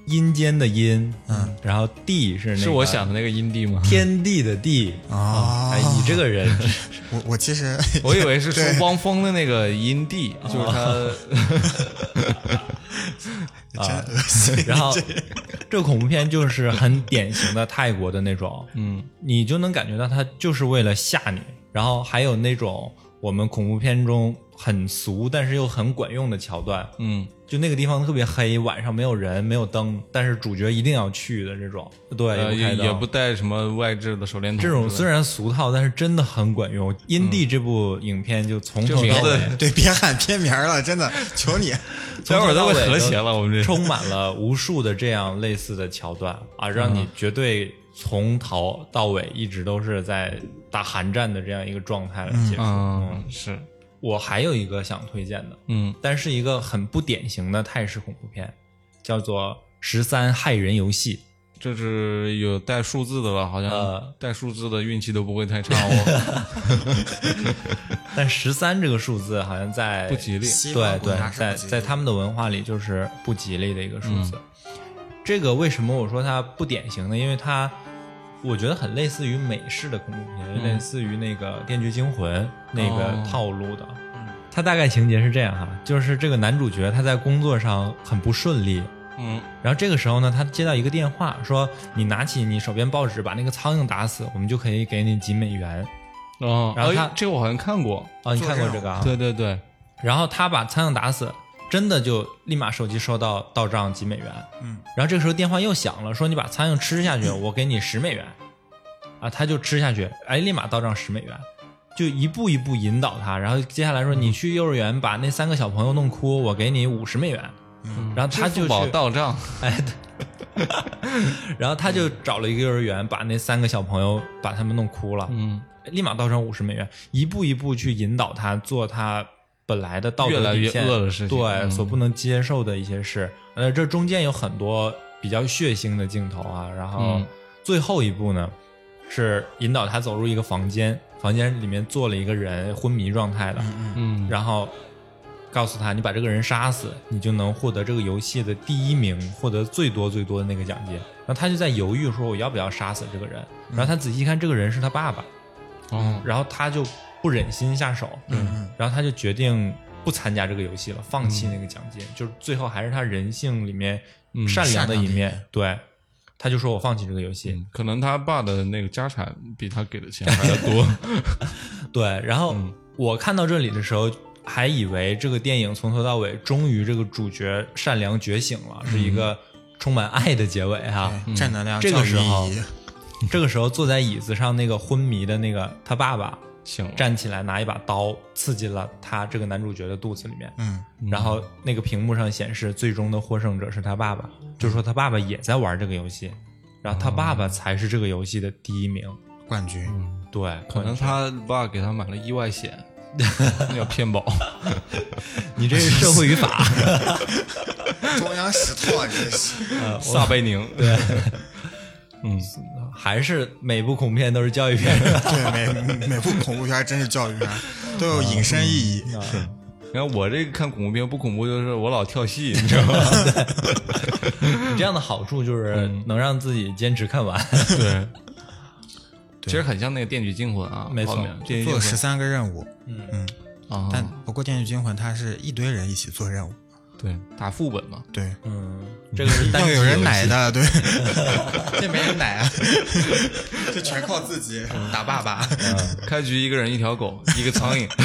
阴间的阴， 嗯， 然后地是那个是我想的那个阴地吗？ 天地的地哦哎，你这个人我我其实我以为是说对汪峰的那个阴地，就是他真恶心。 然后这个恐怖片就是很典型的泰国的那种， 嗯， 你就能感觉到它就是为了吓你。然后还有那种我们恐怖片中很俗但是又很管用的桥段， 嗯， 就那个地方特别黑，晚上没有人没有灯，但是主角一定要去的这种，对， 呃也不开灯也也不带什么外置的手电筒之类的， 这种虽然俗套，但是真的很管用。《阴地》这部影片就从头这名字到尾对，别喊片名了，真的，求你。 待会儿都会和谐了，我们这充满了无数的这样类似的桥段啊，让你绝对从头到尾一直都是在打寒战的这样一个状态来结束。 嗯，是， 我还有一个想推荐的， 嗯， 但是一个很不典型的泰式恐怖片，叫做《十三害人游戏》。 这是有带数字的了，好像呃带数字的运气都不会太差哦。 但十三这个数字好像在不吉利西方对对国家，是在不吉利在他们的文化里就是不吉利的一个数字。这个为什么我说它不典型呢？因为它我觉得很类似于美式的恐怖片，类似于那个《电锯惊魂》那个套路的。它大概情节是这样哈，就是这个男主角他在工作上很不顺利， 嗯， 然后这个时候呢，他接到一个电话，说你拿起你手边报纸，把那个苍蝇打死，我们就可以给你几美元。 哦， 然后他哎这个我好像看过， 哦，你看过这个啊？ 对对对， 然后他把苍蝇打死，真的就立马手机收到到账几美元。 嗯， 然后这个时候电话又响了，说你把苍蝇吃下去，我给你十美元。啊，他就吃下去，哎，立马到账十美元。就一步一步引导他，然后接下来说你去幼儿园把那三个小朋友弄哭，我给你五十美元。 嗯， 然后他就支付宝去到账， 哎，对然后他就找了一个幼儿园，把那三个小朋友把他们弄哭了， 嗯， 立马到账五十美元，一步一步去引导他做他本来的道越来越德底线， 恶的事情， 对、 嗯所不能接受的一些事。呃，这中间有很多比较血腥的镜头啊，然后嗯最后一步呢是引导他走入一个房间，房间里面坐了一个人昏迷状态的， 嗯， 然后告诉他，你把这个人杀死，你就能获得这个游戏的第一名，获得最多最多的那个奖金。然后他就在犹豫说，我要不要杀死这个人？然后他仔细一看，这个人是他爸爸， 哦， 然后他就不忍心下手， 嗯然后他就决定不参加这个游戏了，放弃那个奖金，就是最后还是他人性里面嗯善良的一面。 善良的一面对，他就说我放弃这个游戏。 嗯可能他爸的那个家产比他给的钱还要多， 对，然后嗯我看到这里的时候，还以为这个电影从头到尾终于这个主角善良觉醒了，是一个充满爱的结尾哈。 对，正能量这个教育时候意义。 这个时候坐在椅子上那个昏迷的那个他爸爸行了， 站起来，拿一把刀刺进了他这个男主角的肚子里面。 嗯， 然后那个屏幕上显示最终的获胜者是他爸爸，就是说他爸爸也在玩这个游戏，然后他爸爸才是这个游戏的第一名。 冠军。 对， 可能他爸给他买了意外险，要骗保， 你这是社会语法。 中央十套，这是。 撒贝宁， 对， 嗯， 还是每部恐怖片都是教育片是吧？ 对，每每部恐怖片真是教育片，都有引申意义。 然后我这个看恐怖片不恐怖，就是我老跳戏，你知道吗？ 你这样的好处就是能让自己坚持看完。 对，其实很像那个《电锯惊魂》啊， 没错后面电锯惊做十魂三个任务， 啊， 但不过《电锯惊魂》它是一堆人一起做任务， 对打副本嘛， 对， 嗯，这个是单要有人机游戏奶的，对，这没人奶啊，这全靠自己打爸爸。 开局一个人一条狗，一个苍蝇，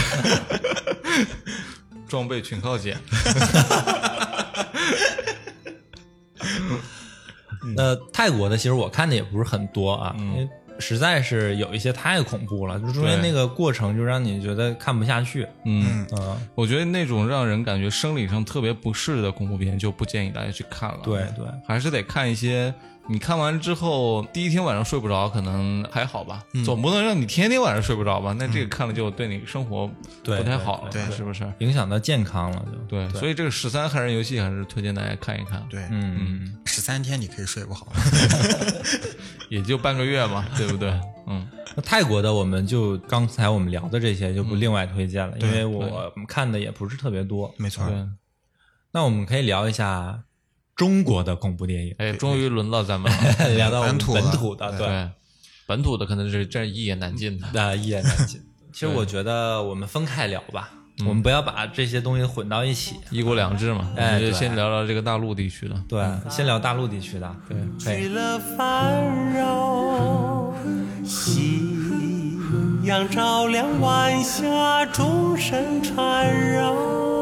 装备全靠捡。 呃，泰国的其实我看的也不是很多啊，因为实在是有一些太恐怖了，就中间对那个过程就让你觉得看不下去。 嗯， 嗯， 我觉得那种让人感觉生理上特别不适的恐怖片就不建议大家去看了。 对对， 还是得看一些你看完之后第一天晚上睡不着，可能还好吧，总不能让你天天晚上睡不着吧？那这个看了就对你生活对不太好了， 对是不是？ 影响到健康了就。 对，所以这个十三害人游戏还是推荐大家看一看。 对， 嗯， 十三天你可以睡不好。 也就半个月嘛，对不对？嗯， 那泰国的我们就刚才我们聊的这些就不另外推荐了，因为我看的也不是特别多。 没错， 对， 那我们可以聊一下中国的恐怖电影。 哎，终于轮到咱们了， 聊到我们本土本土的，对， 对，本土的可能是这一言难尽的。 那一言难尽。其实我觉得我们分开聊吧，我们不要把这些东西混到一起。 一国两制嘛， 哎对我们就先聊聊这个大陆地区的。 对，先聊大陆地区的。对，可以。 去了繁扰，夕阳照亮晚霞，钟声缠绕。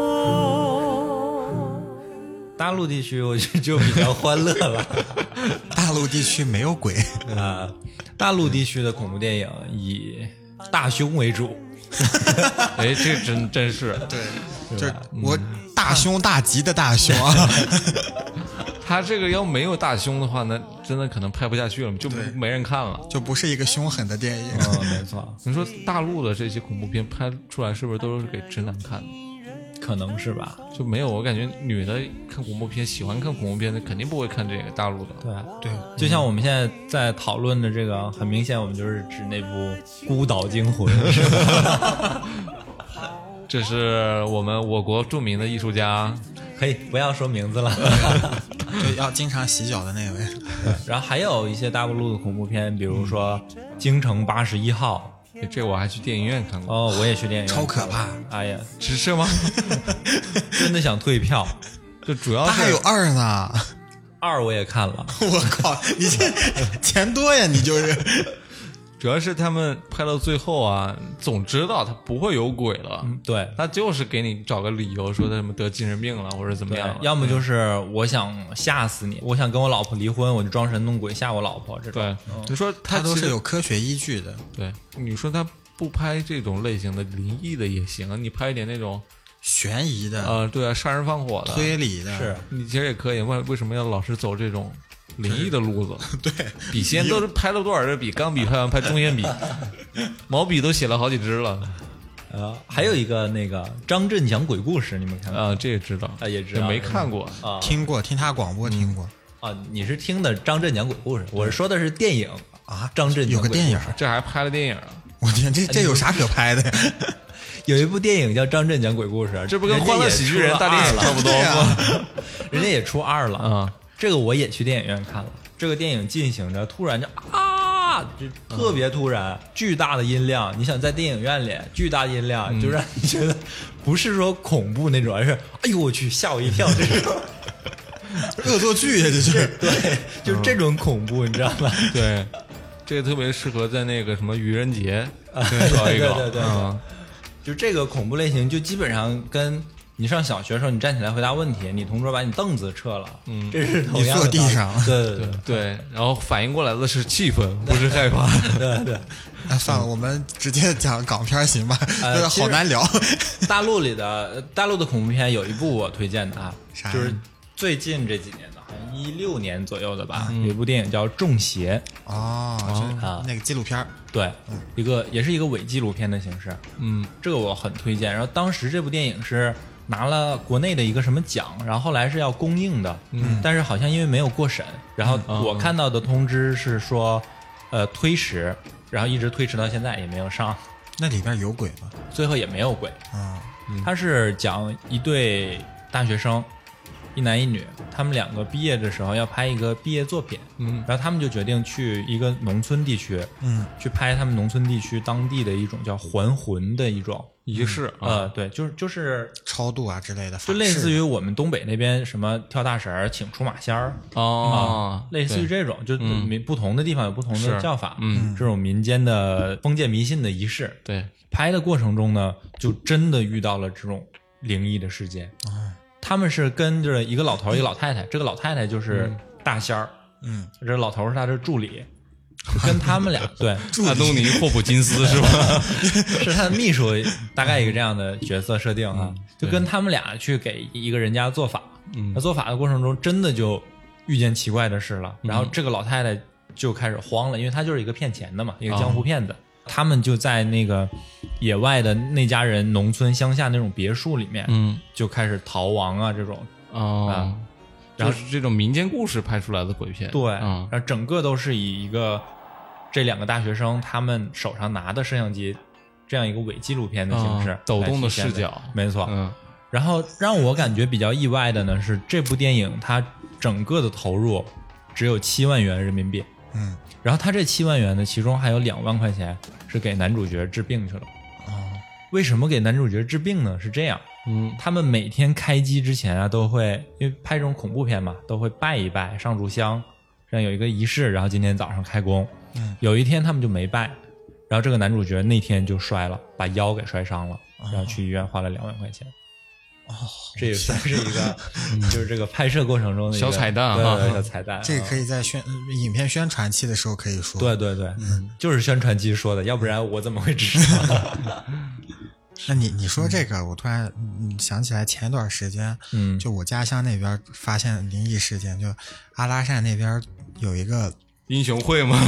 大陆地区我觉得就比较欢乐了。 大陆地区没有鬼， 啊，大陆地区的恐怖电影以大凶为主。 哎，这真真是， 对，就是我大凶大吉的大凶啊。 他这个要没有大凶的话，那真的可能拍不下去了，就对没人看了。 就不是一个凶狠的电影。 嗯，没错， 你说大陆的这些恐怖片拍出来是不是都是给直男看的？ 可能是吧。 就没有，我感觉女的看恐怖片，喜欢看恐怖片的肯定不会看这个大陆的。 对对， 就像我们现在在讨论的这个，很明显我们就是指那部《孤岛惊魂》，是吧？ 这是我们我国著名的艺术家， 可以不要说名字了。 就要经常洗脚的那位。 然后还有一些大陆的恐怖片，比如说《京城八十一号》。 这我还去电影院看过。 哦，我也去电影院， 超可怕。 哎呀， 是是吗？ 真的想退票。 就主要是他还有二呢。 二我也看了。 我靠，你这钱多呀，你就是。 主要是他们拍到最后啊，总知道他不会有鬼了， 嗯，对， 他就是给你找个理由说他什么得精神病了或者怎么对样了， 要么就是我想吓死你，我想跟我老婆离婚，我就装神弄鬼吓我老婆，这种。 对，你说他他都其实是有科学依据的。 对，你说他不拍这种类型的灵异的也行，你拍一点那种悬疑的、 呃，对啊，杀人放火的、 推理的， 是你其实也可以，为为什么要老是走这种灵异的路子？ 对， 笔仙都是拍了多少支笔？钢笔拍完拍中线笔，毛笔都写了好几支了。 呃，还有一个那个张震讲鬼故事，你们看过啊，这也知道啊，也知道， 没看过啊听过，听他广播听过。 啊。你是听的张震讲鬼故事，我是说的是电影啊， 张震有个电影， 这还拍了电影啊？ 我天，这这有啥可拍的？ 有一部电影叫张震讲鬼故事， 这不跟《欢乐喜剧人》大电影差不多吗？ 人家也出二了啊， 这个我也去电影院看了。这个电影进行着，突然就啊，就特别突然，巨大的音量，你想在电影院里巨大音量，就让你觉得不是说恐怖那种，而是哎呦我去吓我一跳这种恶作剧呀，这是。 对，就是这种恐怖，你知道吗？ 对，这个特别适合在那个什么愚人节对搞一搞， 对对对， 嗯， 就这个恐怖类型，就基本上跟你上小学的时候，你站起来回答问题，你同桌把你凳子撤了，嗯，这是同样的道理。 你坐地上对对对对，然后反应过来的是气氛，不是害怕。 对对。 那算了，我们直接讲港片行吧？ 呃这个好难聊。 大陆里的大陆的恐怖片有一部我推荐的啊， 啥呀就是最近这几年的，好像一六年左右的吧，有一部电影叫《中邪》。 哦，是啊那个纪录片儿。 对，一个也是一个伪纪录片的形式， 嗯， 这个我很推荐。然后当时这部电影是拿了国内的一个什么奖，然后后来是要公映的，嗯，但是好像因为没有过审，然后我看到的通知是说，呃，推迟，然后一直推迟到现在也没有上， 那里边有鬼吗？ 最后也没有鬼。 啊， 他是讲一对大学生，一男一女，他们两个毕业的时候要拍一个毕业作品， 嗯， 然后他们就决定去一个农村地区， 嗯， 去拍他们农村地区当地的一种叫还魂的一种仪式啊， 呃，对，就是就是超度啊之类的， 就类似于我们东北那边什么跳大神儿、请出马仙儿哦， 类似于这种，就民不同的地方有不同的是叫法， 嗯， 这种民间的封建迷信的仪式， 对， 拍的过程中呢，就真的遇到了这种灵异的事件。 哦， 他们是跟着一个老头儿一个老太太，这个老太太就是大仙儿， 嗯， 这个老头儿是他的助理，就跟他们俩对， 安东尼·霍普金斯是吧？ 是他的秘书，大概一个这样的角色设定啊，就跟他们俩去给一个人家做法， 嗯那做法的过程中真的就遇见奇怪的事了，然后这个老太太就开始慌了，因为她就是一个骗钱的嘛，一个江湖骗子。他们就在那个野外的那家人农村乡下那种别墅里面， 嗯， 就开始逃亡啊这种， 哦， 然后就是这种民间故事拍出来的鬼片， 对， 嗯然后整个都是以一个这两个大学生他们手上拿的摄像机这样一个伪纪录片的形式、 哦抖动的视角没错。 嗯， 然后让我感觉比较意外的呢是，这部电影它整个的投入只有七万元人民币。 嗯， 然后他这七万元呢，其中还有两万块钱是给男主角治病去了。 哦， 为什么给男主角治病呢？是这样， 嗯， 他们每天开机之前啊，都会因为拍这种恐怖片嘛，都会拜一拜，上炷香，这样有一个仪式，然后今天早上开工。 嗯， 有一天他们就没拜，然后这个男主角那天就摔了，把腰给摔伤了，然后去医院花了两万块钱。 哦， 这也算是一个，就是这个拍摄过程中的一个小彩蛋对哈， 对小彩蛋。 这个可以在宣影片宣传期的时候可以说。 对对对，嗯，就是宣传期说的，要不然我怎么会知道？ 那你你说这个，我突然嗯想起来前一段时间， 嗯， 就我家乡那边发现灵异事件，就阿拉善那边有一个英雄会吗？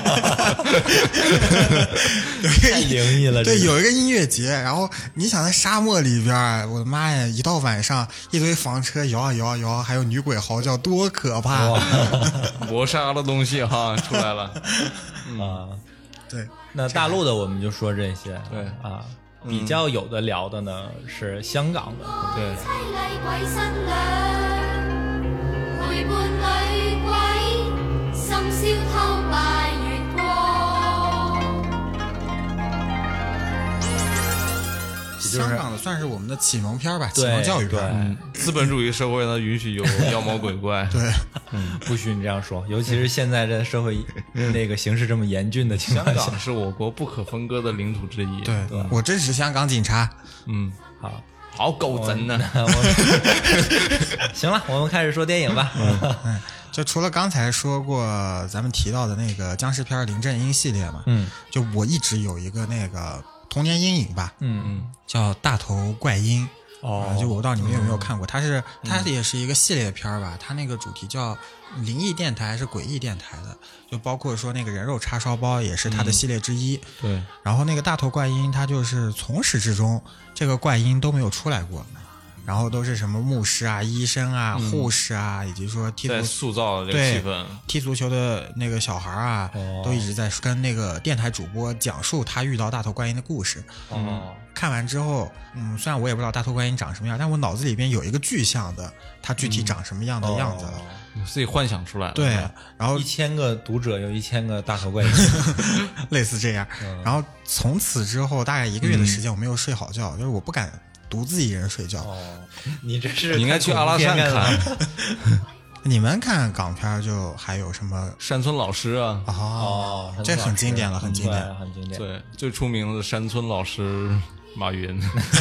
太灵异了。 对， 这个有一个音乐节，然后你想在沙漠里边，我的妈呀，一到晚上一堆房车摇啊摇啊摇，还有女鬼嚎叫，多可怕！ 磨砂的东西哈出来了。 啊， 对， 那大陆的我们就说这些。 对啊，比较有的聊的呢是香港的。 对， 凄厲鬼新娘，陪伴女鬼，深宵偷拜月光。 香港的算是我们的启蒙片吧，启对蒙教育片。 对， 资本主义社会呢允许有妖魔鬼怪。 对， 不许你这样说，尤其是现在这社会那个形势这么严峻的情香况下港。是我国不可分割的领土之一。 对，我支持香港警察。 嗯， 好， 好狗贼呢。 我行了，我们开始说电影吧。 嗯，就除了刚才说过咱们提到的那个僵尸片林正英系列嘛， 嗯， 就我一直有一个那个童年阴影吧， 嗯嗯， 叫大头怪婴。 哦啊，就我不知道你们有没有看过，它是它也是一个系列的片儿吧，它那个主题叫灵异电台还是诡异电台的，就包括说那个人肉叉烧包也是它的系列之一。 对， 然后那个大头怪婴，它就是从始至终这个怪婴都没有出来过，然后都是什么牧师啊、医生啊、护士啊，以及说踢足在塑造这个对气氛。 踢足球的那个小孩啊， 哦都一直在跟那个电台主播讲述他遇到大头怪婴的故事。 哦， 看完之后，嗯，虽然我也不知道大头怪婴长什么样，但我脑子里边有一个具象的，它具体长什么样的样子了。 自己幻想出来的。 对，然后一千个读者有一千个大头怪婴。 类似这样，然后从此之后大概一个月的时间，我没有睡好觉，就是我不敢独自一人睡觉。 哦，你这是你应该去阿拉善看恐怖片看干嘛你们看港片就还有什么？ 山村老师啊。 哦， 哦， 这很经典了，很经典对，很经典。 对，最出名的山村老师马云。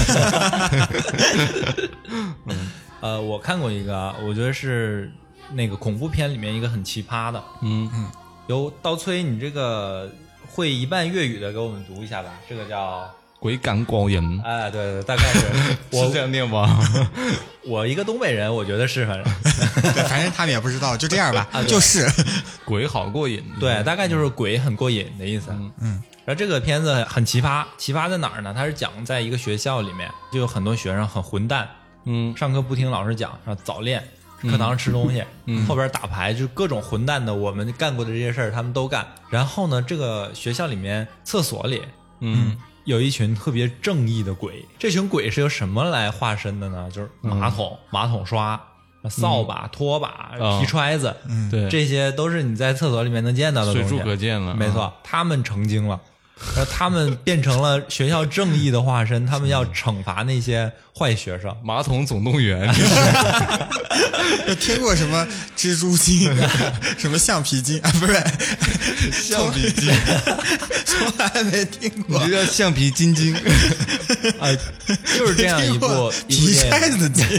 呃，我看过一个，我觉得是那个恐怖片里面一个很奇葩的。 嗯嗯， 由刀崔，你这个会一半粤语的给我们读一下吧。这个叫鬼赶广人。 哎，对对，大概是我是这样念吗？ 我一个东北人，我觉得是，反正对，反正他们也不知道，就这样吧，就是。 鬼好过瘾。 对，大概就是鬼很过瘾的意思。 嗯嗯。 然后这个片子很奇葩，奇葩在哪儿呢？它是讲在一个学校里面，就有很多学生很混蛋， 嗯上课不听老师讲，然后早恋，课堂上吃东西， 嗯后边打牌，就是各种混蛋的我们干过的这些事儿，他们都干。然后呢，这个学校里面厕所里嗯有一群特别正义的鬼，这群鬼是由什么来化身的呢？就是马桶、马桶刷、扫把、拖把、 哦皮揣子， 嗯， 对， 这些都是你在厕所里面能见到的东西， 随处可见了。 没错，他们成精了。然后他们变成了学校正义的化身，他们要惩罚那些坏学生。 马桶总动员，这是有听过什么蜘蛛精、什么橡皮筋啊？不是橡皮筋， 从来没听过。 你这叫橡皮筋筋。 啊，就是这样一部一部皮电影。 揣子筋。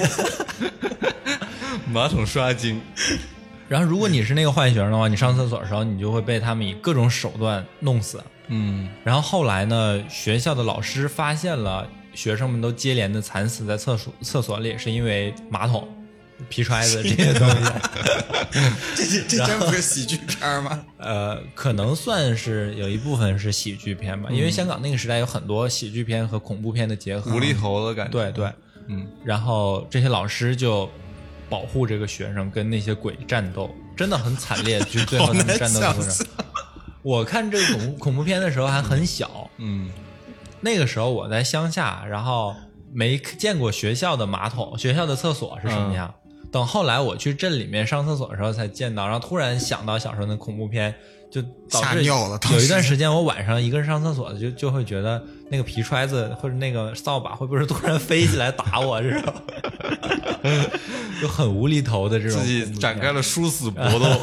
马桶刷精。 然后，如果你是那个坏学生的话，你上厕所的时候，你就会被他们以各种手段弄死。 嗯然后后来呢，学校的老师发现了学生们都接连的惨死在厕所厕所里，是因为马桶、皮揣子这些东西。 这这这真不是喜剧片吗？ 呃，可能算是有一部分是喜剧片吧，因为香港那个时代有很多喜剧片和恐怖片的结合。 无厘头的感觉。 对对， 嗯， 然后这些老师就保护这个学生跟那些鬼战斗，真的很惨烈。就最后他们战斗的过程，我看这个恐怖恐怖片的时候还很小， 嗯那个时候我在乡下，然后没见过学校的马桶，学校的厕所是什么样。嗯、等后来我去镇里面上厕所的时候才见到，然后突然想到小时候的恐怖片，就导致有一段时间我晚上一个人上厕所就就会觉得那个皮揣子或者那个扫把会不会突然飞起来打我这种，就很无厘头的这种， 自己展开了殊死搏斗，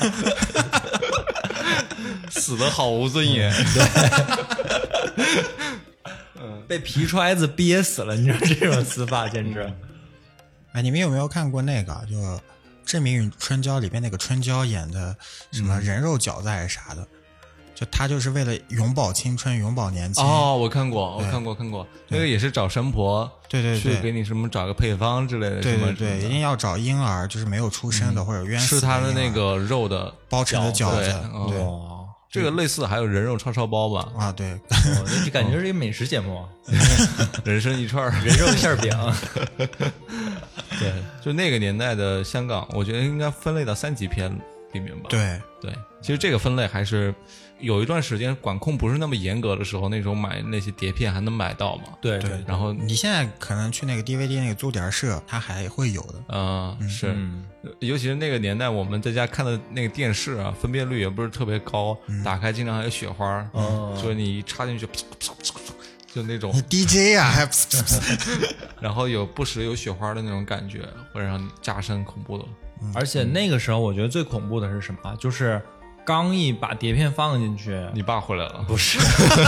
死得好无尊严。 对。被皮揣子憋死了，你知道这种死法简直。 哎，你们有没有看过那个就《志明与春娇》里边那个春娇演的什么人肉饺子还是啥的？嗯、就他就是为了永葆青春、永葆年轻。 哦，我看过，我看过，看过。那个也是找神婆， 对对对， 去给你什么找个配方之类的， 对对对，一定要找婴儿，就是没有出生的、嗯、或者冤死的吃他的那个肉的包成的饺子， 对。 对哦这个类似还有人肉叉烧包吧？ 啊，对， 哦、这感觉是一个美食节目， 人参一串人肉馅饼。 对，就那个年代的香港，我觉得应该分类到三级片里面吧。 对对，其实这个分类还是有一段时间管控不是那么严格的时候，那时候买那些碟片还能买到嘛。 对对， 然后你现在可能去那个 D V D 那个租碟社，它还会有的。 呃、嗯，是、 嗯， 尤其是那个年代，我们在家看的那个电视啊，分辨率也不是特别高，嗯、打开经常还有雪花， 嗯， 所以你插进去，就那种 D J 啊，还然后有不时有雪花的那种感觉，会让你加深恐怖的。 嗯、而且那个时候，我觉得最恐怖的是什么？就是刚一把碟片放进去， 你爸回来了？ 不是，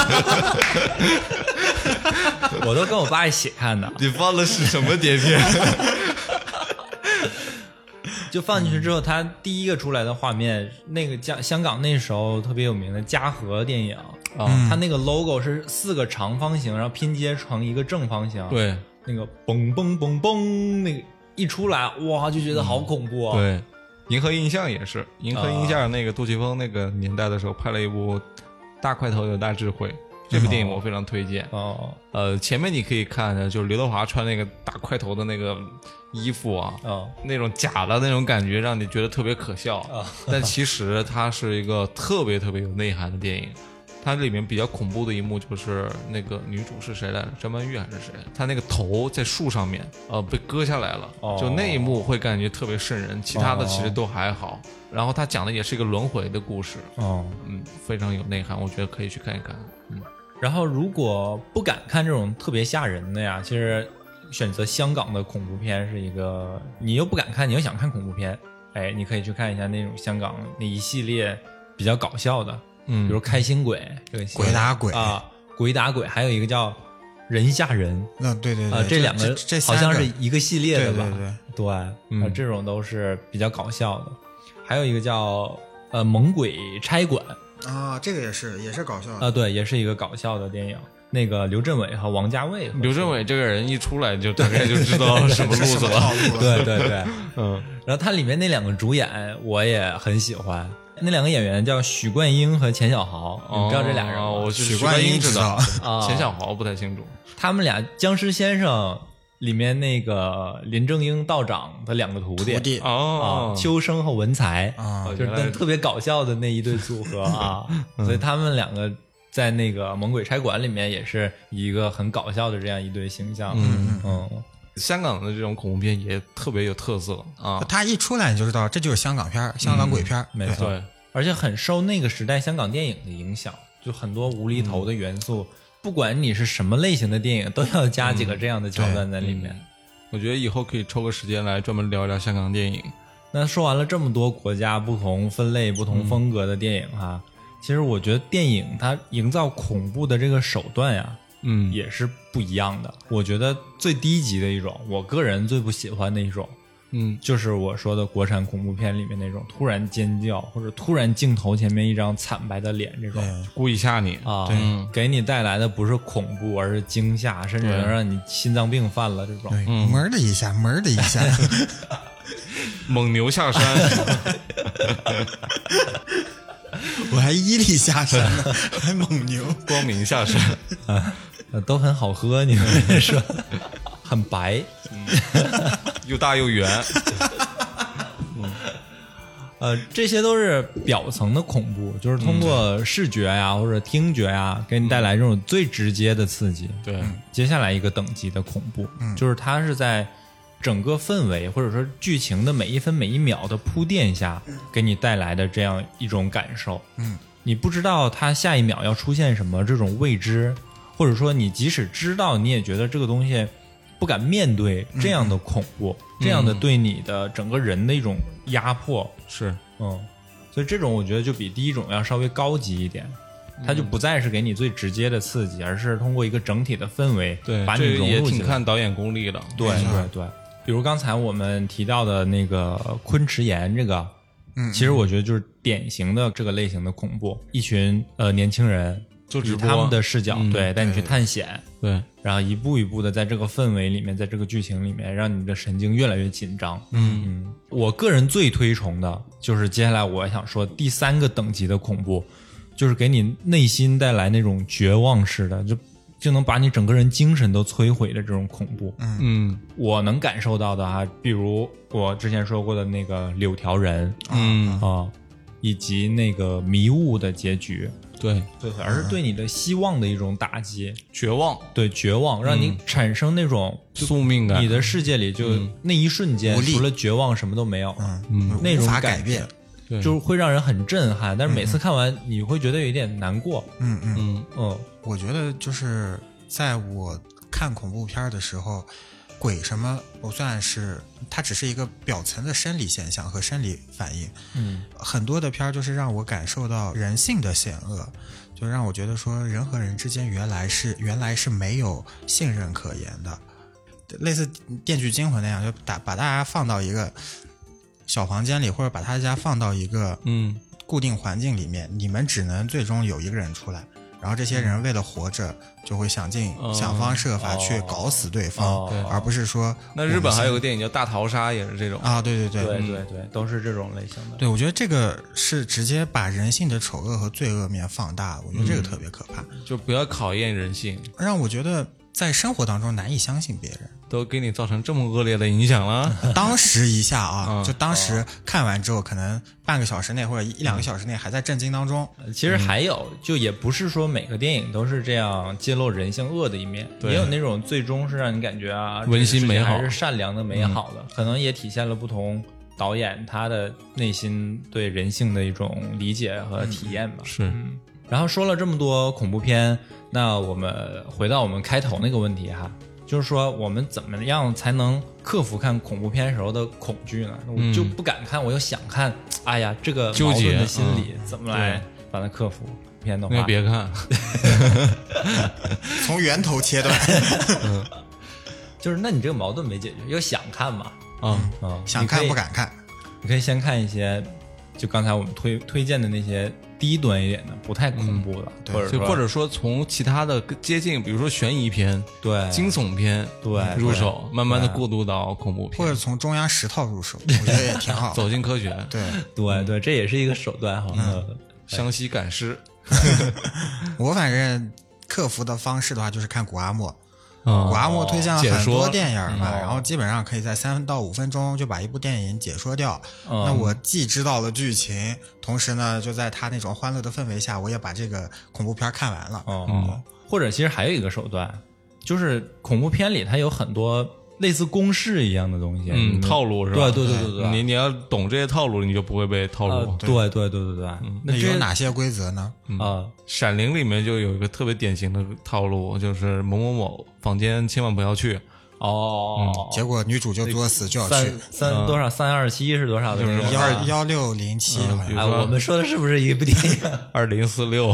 我都跟我爸一起看的。 你放的是什么碟片？ 就放进去之后，它第一个出来的画面，那个家香港那时候特别有名的嘉禾电影啊，嗯、它那个 logo 是四个长方形，然后拼接成一个正方形。 对， 那个嘣嘣嘣嘣，那个一出来，哇，就觉得好恐怖啊！ 嗯、对。银河映像也是，银河映像那个杜琪峰那个年代的时候拍了一部《大块头有大智慧》，这部电影我非常推荐。 哦， 呃，前面你可以看的就是刘德华穿那个大块头的那个衣服啊， 哦， 那种假的那种感觉让你觉得特别可笑， 哦、 但其实它是一个特别特别有内涵的电影。它里面比较恐怖的一幕就是那个女主是谁来着？张曼玉还是谁？她那个头在树上面，呃，被割下来了， 哦、 就那一幕会感觉特别瘆人，其他的其实都还好。哦、然后他讲的也是一个轮回的故事， 哦， 嗯，非常有内涵，我觉得可以去看一看。嗯， 然后如果不敢看这种特别吓人的呀，其实选择香港的恐怖片是一个，你又不敢看，你又想看恐怖片，哎，你可以去看一下那种香港那一系列比较搞笑的。 嗯， 比如开心鬼，这个鬼打鬼啊，鬼打鬼，还有一个叫人吓人， 嗯，对对对， 啊，这两个这好像是一个系列的吧？ 对对对对， 嗯、 啊，这种都是比较搞笑的。还有一个叫呃猛鬼差馆啊，这个也是也是搞笑的啊，对，也是一个搞笑的电影。那个刘镇伟和王家卫， 刘镇伟这个人一出来就大概就知道什么路子了， 对对对， 嗯。 然后他里面那两个主演我也很喜欢。那两个演员叫许冠英和钱小豪， 哦、 你知道这俩人吗？ 我许冠英知道， 啊， 钱小豪不太清楚。 他们俩《僵尸先生》里面那个林正英道长的两个徒弟， 徒弟哦， 啊，秋生和文才啊， 就是那特别搞笑的那一对组合啊， 嗯、 所以他们两个在那个《猛鬼差馆》里面也是一个很搞笑的这样一对形象。 嗯嗯。 香港的这种恐怖片也特别有特色啊！ 他一出来你就知道这就是香港片，香港鬼片， 嗯、没错。 对， 而且很受那个时代香港电影的影响，就很多无厘头的元素，嗯、不管你是什么类型的电影，都要加几个这样的桥段在里面。 嗯、我觉得以后可以抽个时间来专门聊一聊香港电影。 那说完了这么多国家不同分类、不同风格的电影哈，嗯、其实我觉得电影它营造恐怖的这个手段呀。 嗯， 也是不一样的。我觉得最低级的一种，我个人最不喜欢的一种， 嗯， 就是我说的国产恐怖片里面那种突然尖叫或者突然镜头前面一张惨白的脸这种， 故意吓你啊， 对， 给你带来的不是恐怖，而是惊吓，甚至能让你心脏病犯了这种。 对，嗯、门的一下，门的一下， 蒙牛下山。 我还伊利下山呢，还蒙牛， 光明下山啊，都很好喝，你们说很白， 嗯、又大又圆。嗯， 呃，这些都是表层的恐怖，就是通过视觉呀、或者听觉呀，给你带来这种最直接的刺激。 对， 接下来一个等级的恐怖，就是它是在整个氛围或者说剧情的每一分每一秒的铺垫下，给你带来的这样一种感受。嗯，你不知道它下一秒要出现什么，这种未知，或者说你即使知道，你也觉得这个东西不敢面对这样的恐怖，嗯、这样的对你的整个人的一种压迫。 是， 嗯，所以这种我觉得就比第一种要稍微高级一点。它就不再是给你最直接的刺激，而是通过一个整体的氛围， 对， 把你融入起来。 这也挺看导演功力的。 对对对，比如刚才我们提到的那个昆池岩，这个，嗯，其实我觉得就是典型的这个类型的恐怖，一群呃年轻人就以他们的视角， 嗯、 对，带你去探险， 对， 然后一步一步的在这个氛围里面，在这个剧情里面，让你的神经越来越紧张。嗯嗯，我个人最推崇的就是接下来我想说第三个等级的恐怖。就是给你内心带来那种绝望式的，就就能把你整个人精神都摧毁的这种恐怖。 嗯， 我能感受到的啊，比如我之前说过的那个柳条人， 嗯啊，以及那个迷雾的结局。 对对，而是对你的希望的一种打击， 绝望， 对绝望，让你产生那种宿命感。 你的世界里就那一瞬间，除了绝望什么都没有， 嗯， 那种无法改变。 就是会让人很震撼，但是每次看完你会觉得有一点难过。 嗯嗯嗯嗯， 我觉得就是在我看恐怖片的时候，鬼什么不算是，它只是一个表层的生理现象和生理反应。嗯，很多的片儿就是让我感受到人性的险恶，就让我觉得说人和人之间原来是原来是没有信任可言的，类似《电锯惊魂》那样，就打把大家放到一个小房间里，或者把他家放到一个嗯固定环境里面，你们只能最终有一个人出来，然后这些人为了活着，就会想尽、嗯、想方设法去搞死对方， 哦、 而不是说。 那日本还有个电影叫《大逃杀》，也是这种啊，对对对对对对，都是这种类型的。 对，我觉得这个是直接把人性的丑恶和罪恶面放大，我觉得这个特别可怕， 嗯、就不要考验人性， 让我觉得在生活当中难以相信别人。 都给你造成这么恶劣的影响了。 当时一下啊， 嗯、 就当时看完之后，可能半个小时内或者一两个小时内还在震惊当中。 其实还有，就也不是说每个电影都是这样揭露人性恶的一面，也有那种最终是让你感觉啊温馨美好， 还是善良的美好的，嗯、可能也体现了不同导演他的内心对人性的一种理解和体验吧。 嗯、是。 嗯，然后说了这么多恐怖片，那我们回到我们开头那个问题哈。就是说，我们怎么样才能克服看恐怖片时候的恐惧呢？我就不敢看，我又想看，哎呀，这个矛盾的心理怎么来把它克服？片的话， 那别看， 从源头切断。 嗯，就是那你这个矛盾没解决，又想看嘛？ 啊啊， 想看不敢看。 你可以先看一些，就刚才我们推推荐的那些。低端一点的，不太恐怖的， 嗯、 或者就或者说从其他的接近，比如说悬疑片、 对惊悚片对入手，慢慢的过渡到恐怖片， 或者从中央十套入手，我觉得也挺好。 走进科学， 对对对，这也是一个手段哈。 嗯，湘西赶尸。 我反正克服的方式的话，就是看古阿莫。古阿莫推荐了很多电影嘛，然后基本上可以在三到五分钟就把一部电影解说掉。 嗯、 那我既知道了剧情，同时呢，就在他那种欢乐的氛围下，我也把这个恐怖片看完了。 哦、嗯，或者其实还有一个手段，就是恐怖片里它有很多类似公式一样的东西， 嗯，套路是吧？ 对对对对对， 你你要懂这些套路，你就不会被套路。 呃、对对对对对， 嗯、那有哪些规则呢？ 啊，呃，闪灵里面就有一个特别典型的套路，就是某某某房间千万不要去。 哦， 嗯，结果女主就作死就要去。 三三多少？三二七是多少的？ 就是幺幺六零七。 哎，我们说的是不是一部电影？ 二零四六。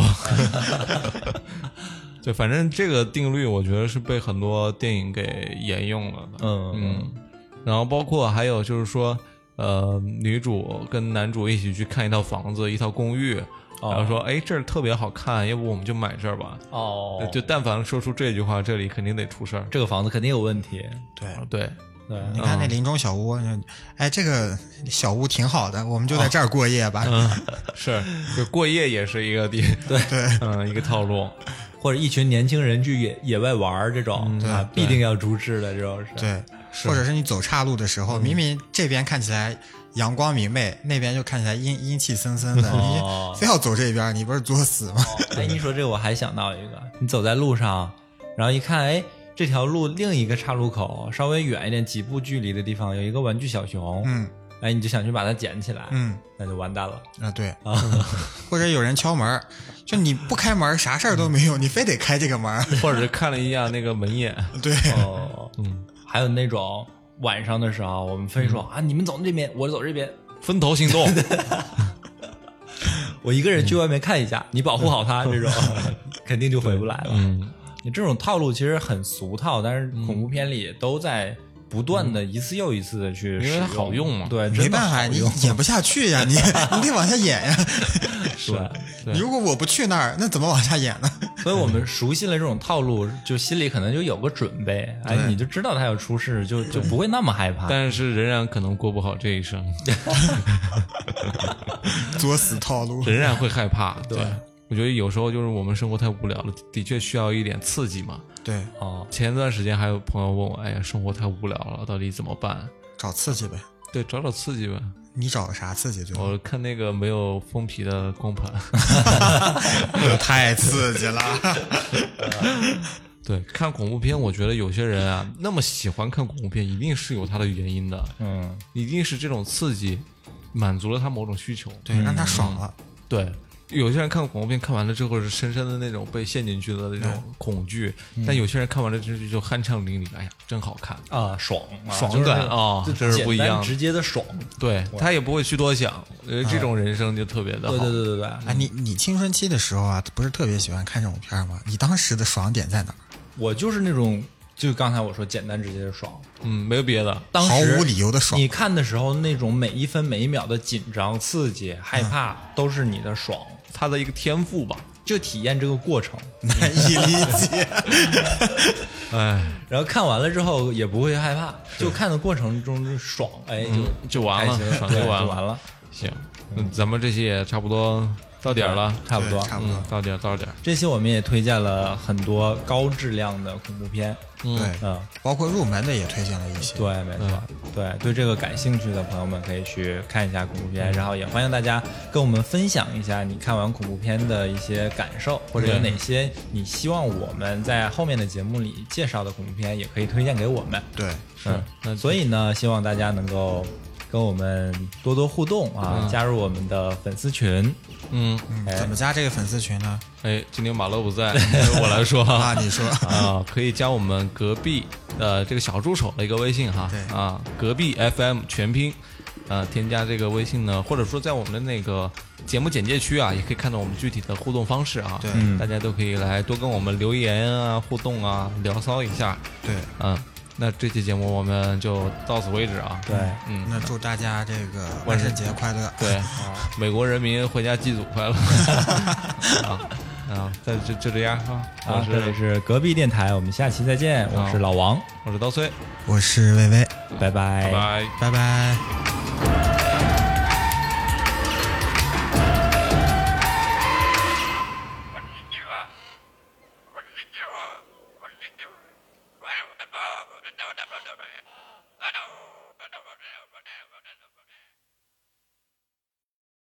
对，反正这个定律我觉得是被很多电影给沿用了的。 嗯嗯，然后包括还有就是说，呃，女主跟男主一起去看一套房子，一套公寓。然后说，哎，这儿特别好看，要不我们就买这儿吧。 哦， 就但凡说出这句话，这里肯定得出事儿， 这个房子肯定有问题。 对对对， 你看那林中小屋，嗯、哎，这个小屋挺好的，我们就在这儿过夜吧。 哦嗯、是，就过夜也是一个地， 对对， 嗯，一个套路。 或者一群年轻人去野野外玩这种， 嗯、 啊，必定要出事的这种是。 对，或者是你走岔路的时候，嗯、明明这边看起来阳光明媚，那边就看起来阴阴气森森的， 哦你非要走这边，你不是作死吗？ 哎，你说这个我还想到一个，你走在路上，然后一看，哎，这条路另一个岔路口稍微远一点几步距离的地方有一个玩具小熊， 嗯， 哎，你就想去把它捡起来， 嗯， 那就完蛋了。 啊对啊，或者有人敲门，就你不开门啥事儿都没有，你非得开这个门， 或者是看了一下那个门眼， 对， 哦，嗯，还有那种晚上的时候，我们非说、啊，你们走这边，我走这边， 分头行动。 我一个人去外面看一下，你保护好他，这种肯定就回不来了。 嗯， 你这种套路其实很俗套，但是恐怖片里也都在不断的一次又一次的去使用， 因为它好用嘛对， 没真的办法，你好用演不下去呀，你你得往下演呀。 对。 你如果我不去那儿，那怎么往下演呢？ 所以我们熟悉了这种套路，就心里可能就有个准备，哎， 对你就知道他要出事，就就不会那么害怕。 但是仍然可能过不好这一生， 作死套路， 仍然会害怕。对，我觉得有时候就是我们生活太无聊了，的确需要一点刺激嘛。 对， 哦， 前段时间还有朋友问我，哎呀，生活太无聊了，到底怎么办？ 找刺激呗。 对，找找刺激呗。 你找的啥刺激？最后我看那个没有封皮的光盘， 太刺激了。 对，看恐怖片，我觉得有些人啊，那么喜欢看恐怖片，一定是有他的原因的。 嗯， 一定是这种刺激满足了他某种需求。 对，让他爽了。 对，有些人看恐怖片看完了之后是深深的那种被陷进去的那种恐惧，但有些人看完了之后就酣畅淋漓，哎呀，真好看。 啊，爽啊爽就是那个感哦就这是不一样简单直接的爽。 对他也不会去多想，呃，这种人生就特别的好。 对对对对对， 哎，你你青春期的时候啊，不是特别喜欢看这种片吗？你当时的爽点在哪儿？ 我就是那种，就刚才我说简单直接的爽。 嗯，没有别的。 当时毫无理由的爽你看的时候那种每一分每一秒的紧张、刺激、害怕，都是你的爽， 他的一个天赋吧。 就体验这个过程。 难以理解。 哎， 然后看完了之后也不会害怕，就看的过程中就爽，哎，就嗯就完了开心爽就对完了就完了。 行，嗯，咱们这期也差不多到点儿了， 差不多对。差不多嗯，到点儿到点儿。 这期我们也推荐了很多高质量的恐怖片， 嗯对， 嗯， 包括入门的也推荐了一些。 对，没错，对，对这个感兴趣的朋友们可以去看一下恐怖片，然后也欢迎大家跟我们分享一下你看完恐怖片的一些感受，或者有哪些你希望我们在后面的节目里介绍的恐怖片，也可以推荐给我们。 对， 嗯， 那所以呢，希望大家能够跟我们多多互动啊， 嗯加入我们的粉丝群。 嗯， 嗯， 哎怎么加这个粉丝群呢？ 哎，今天马乐不在，我来说啊，你说。 啊，可以加我们隔壁呃这个小助手的一个微信哈， 对啊，隔壁 F M 全拼，呃，添加这个微信呢，或者说在我们的那个节目简介区啊，也可以看到我们具体的互动方式啊， 对嗯大家都可以来多跟我们留言啊、互动啊、聊骚一下， 对， 嗯，那这期节目我们就到此为止啊， 对， 嗯， 那祝大家这个万圣节快乐。 对，美国人民回家祭祖快乐啊啊，那就就这样啊， 啊， 我这里是是隔壁电台，我们下期再见，我是老王， 我是刀崔， 我是薇薇， 拜拜拜拜。 拜拜。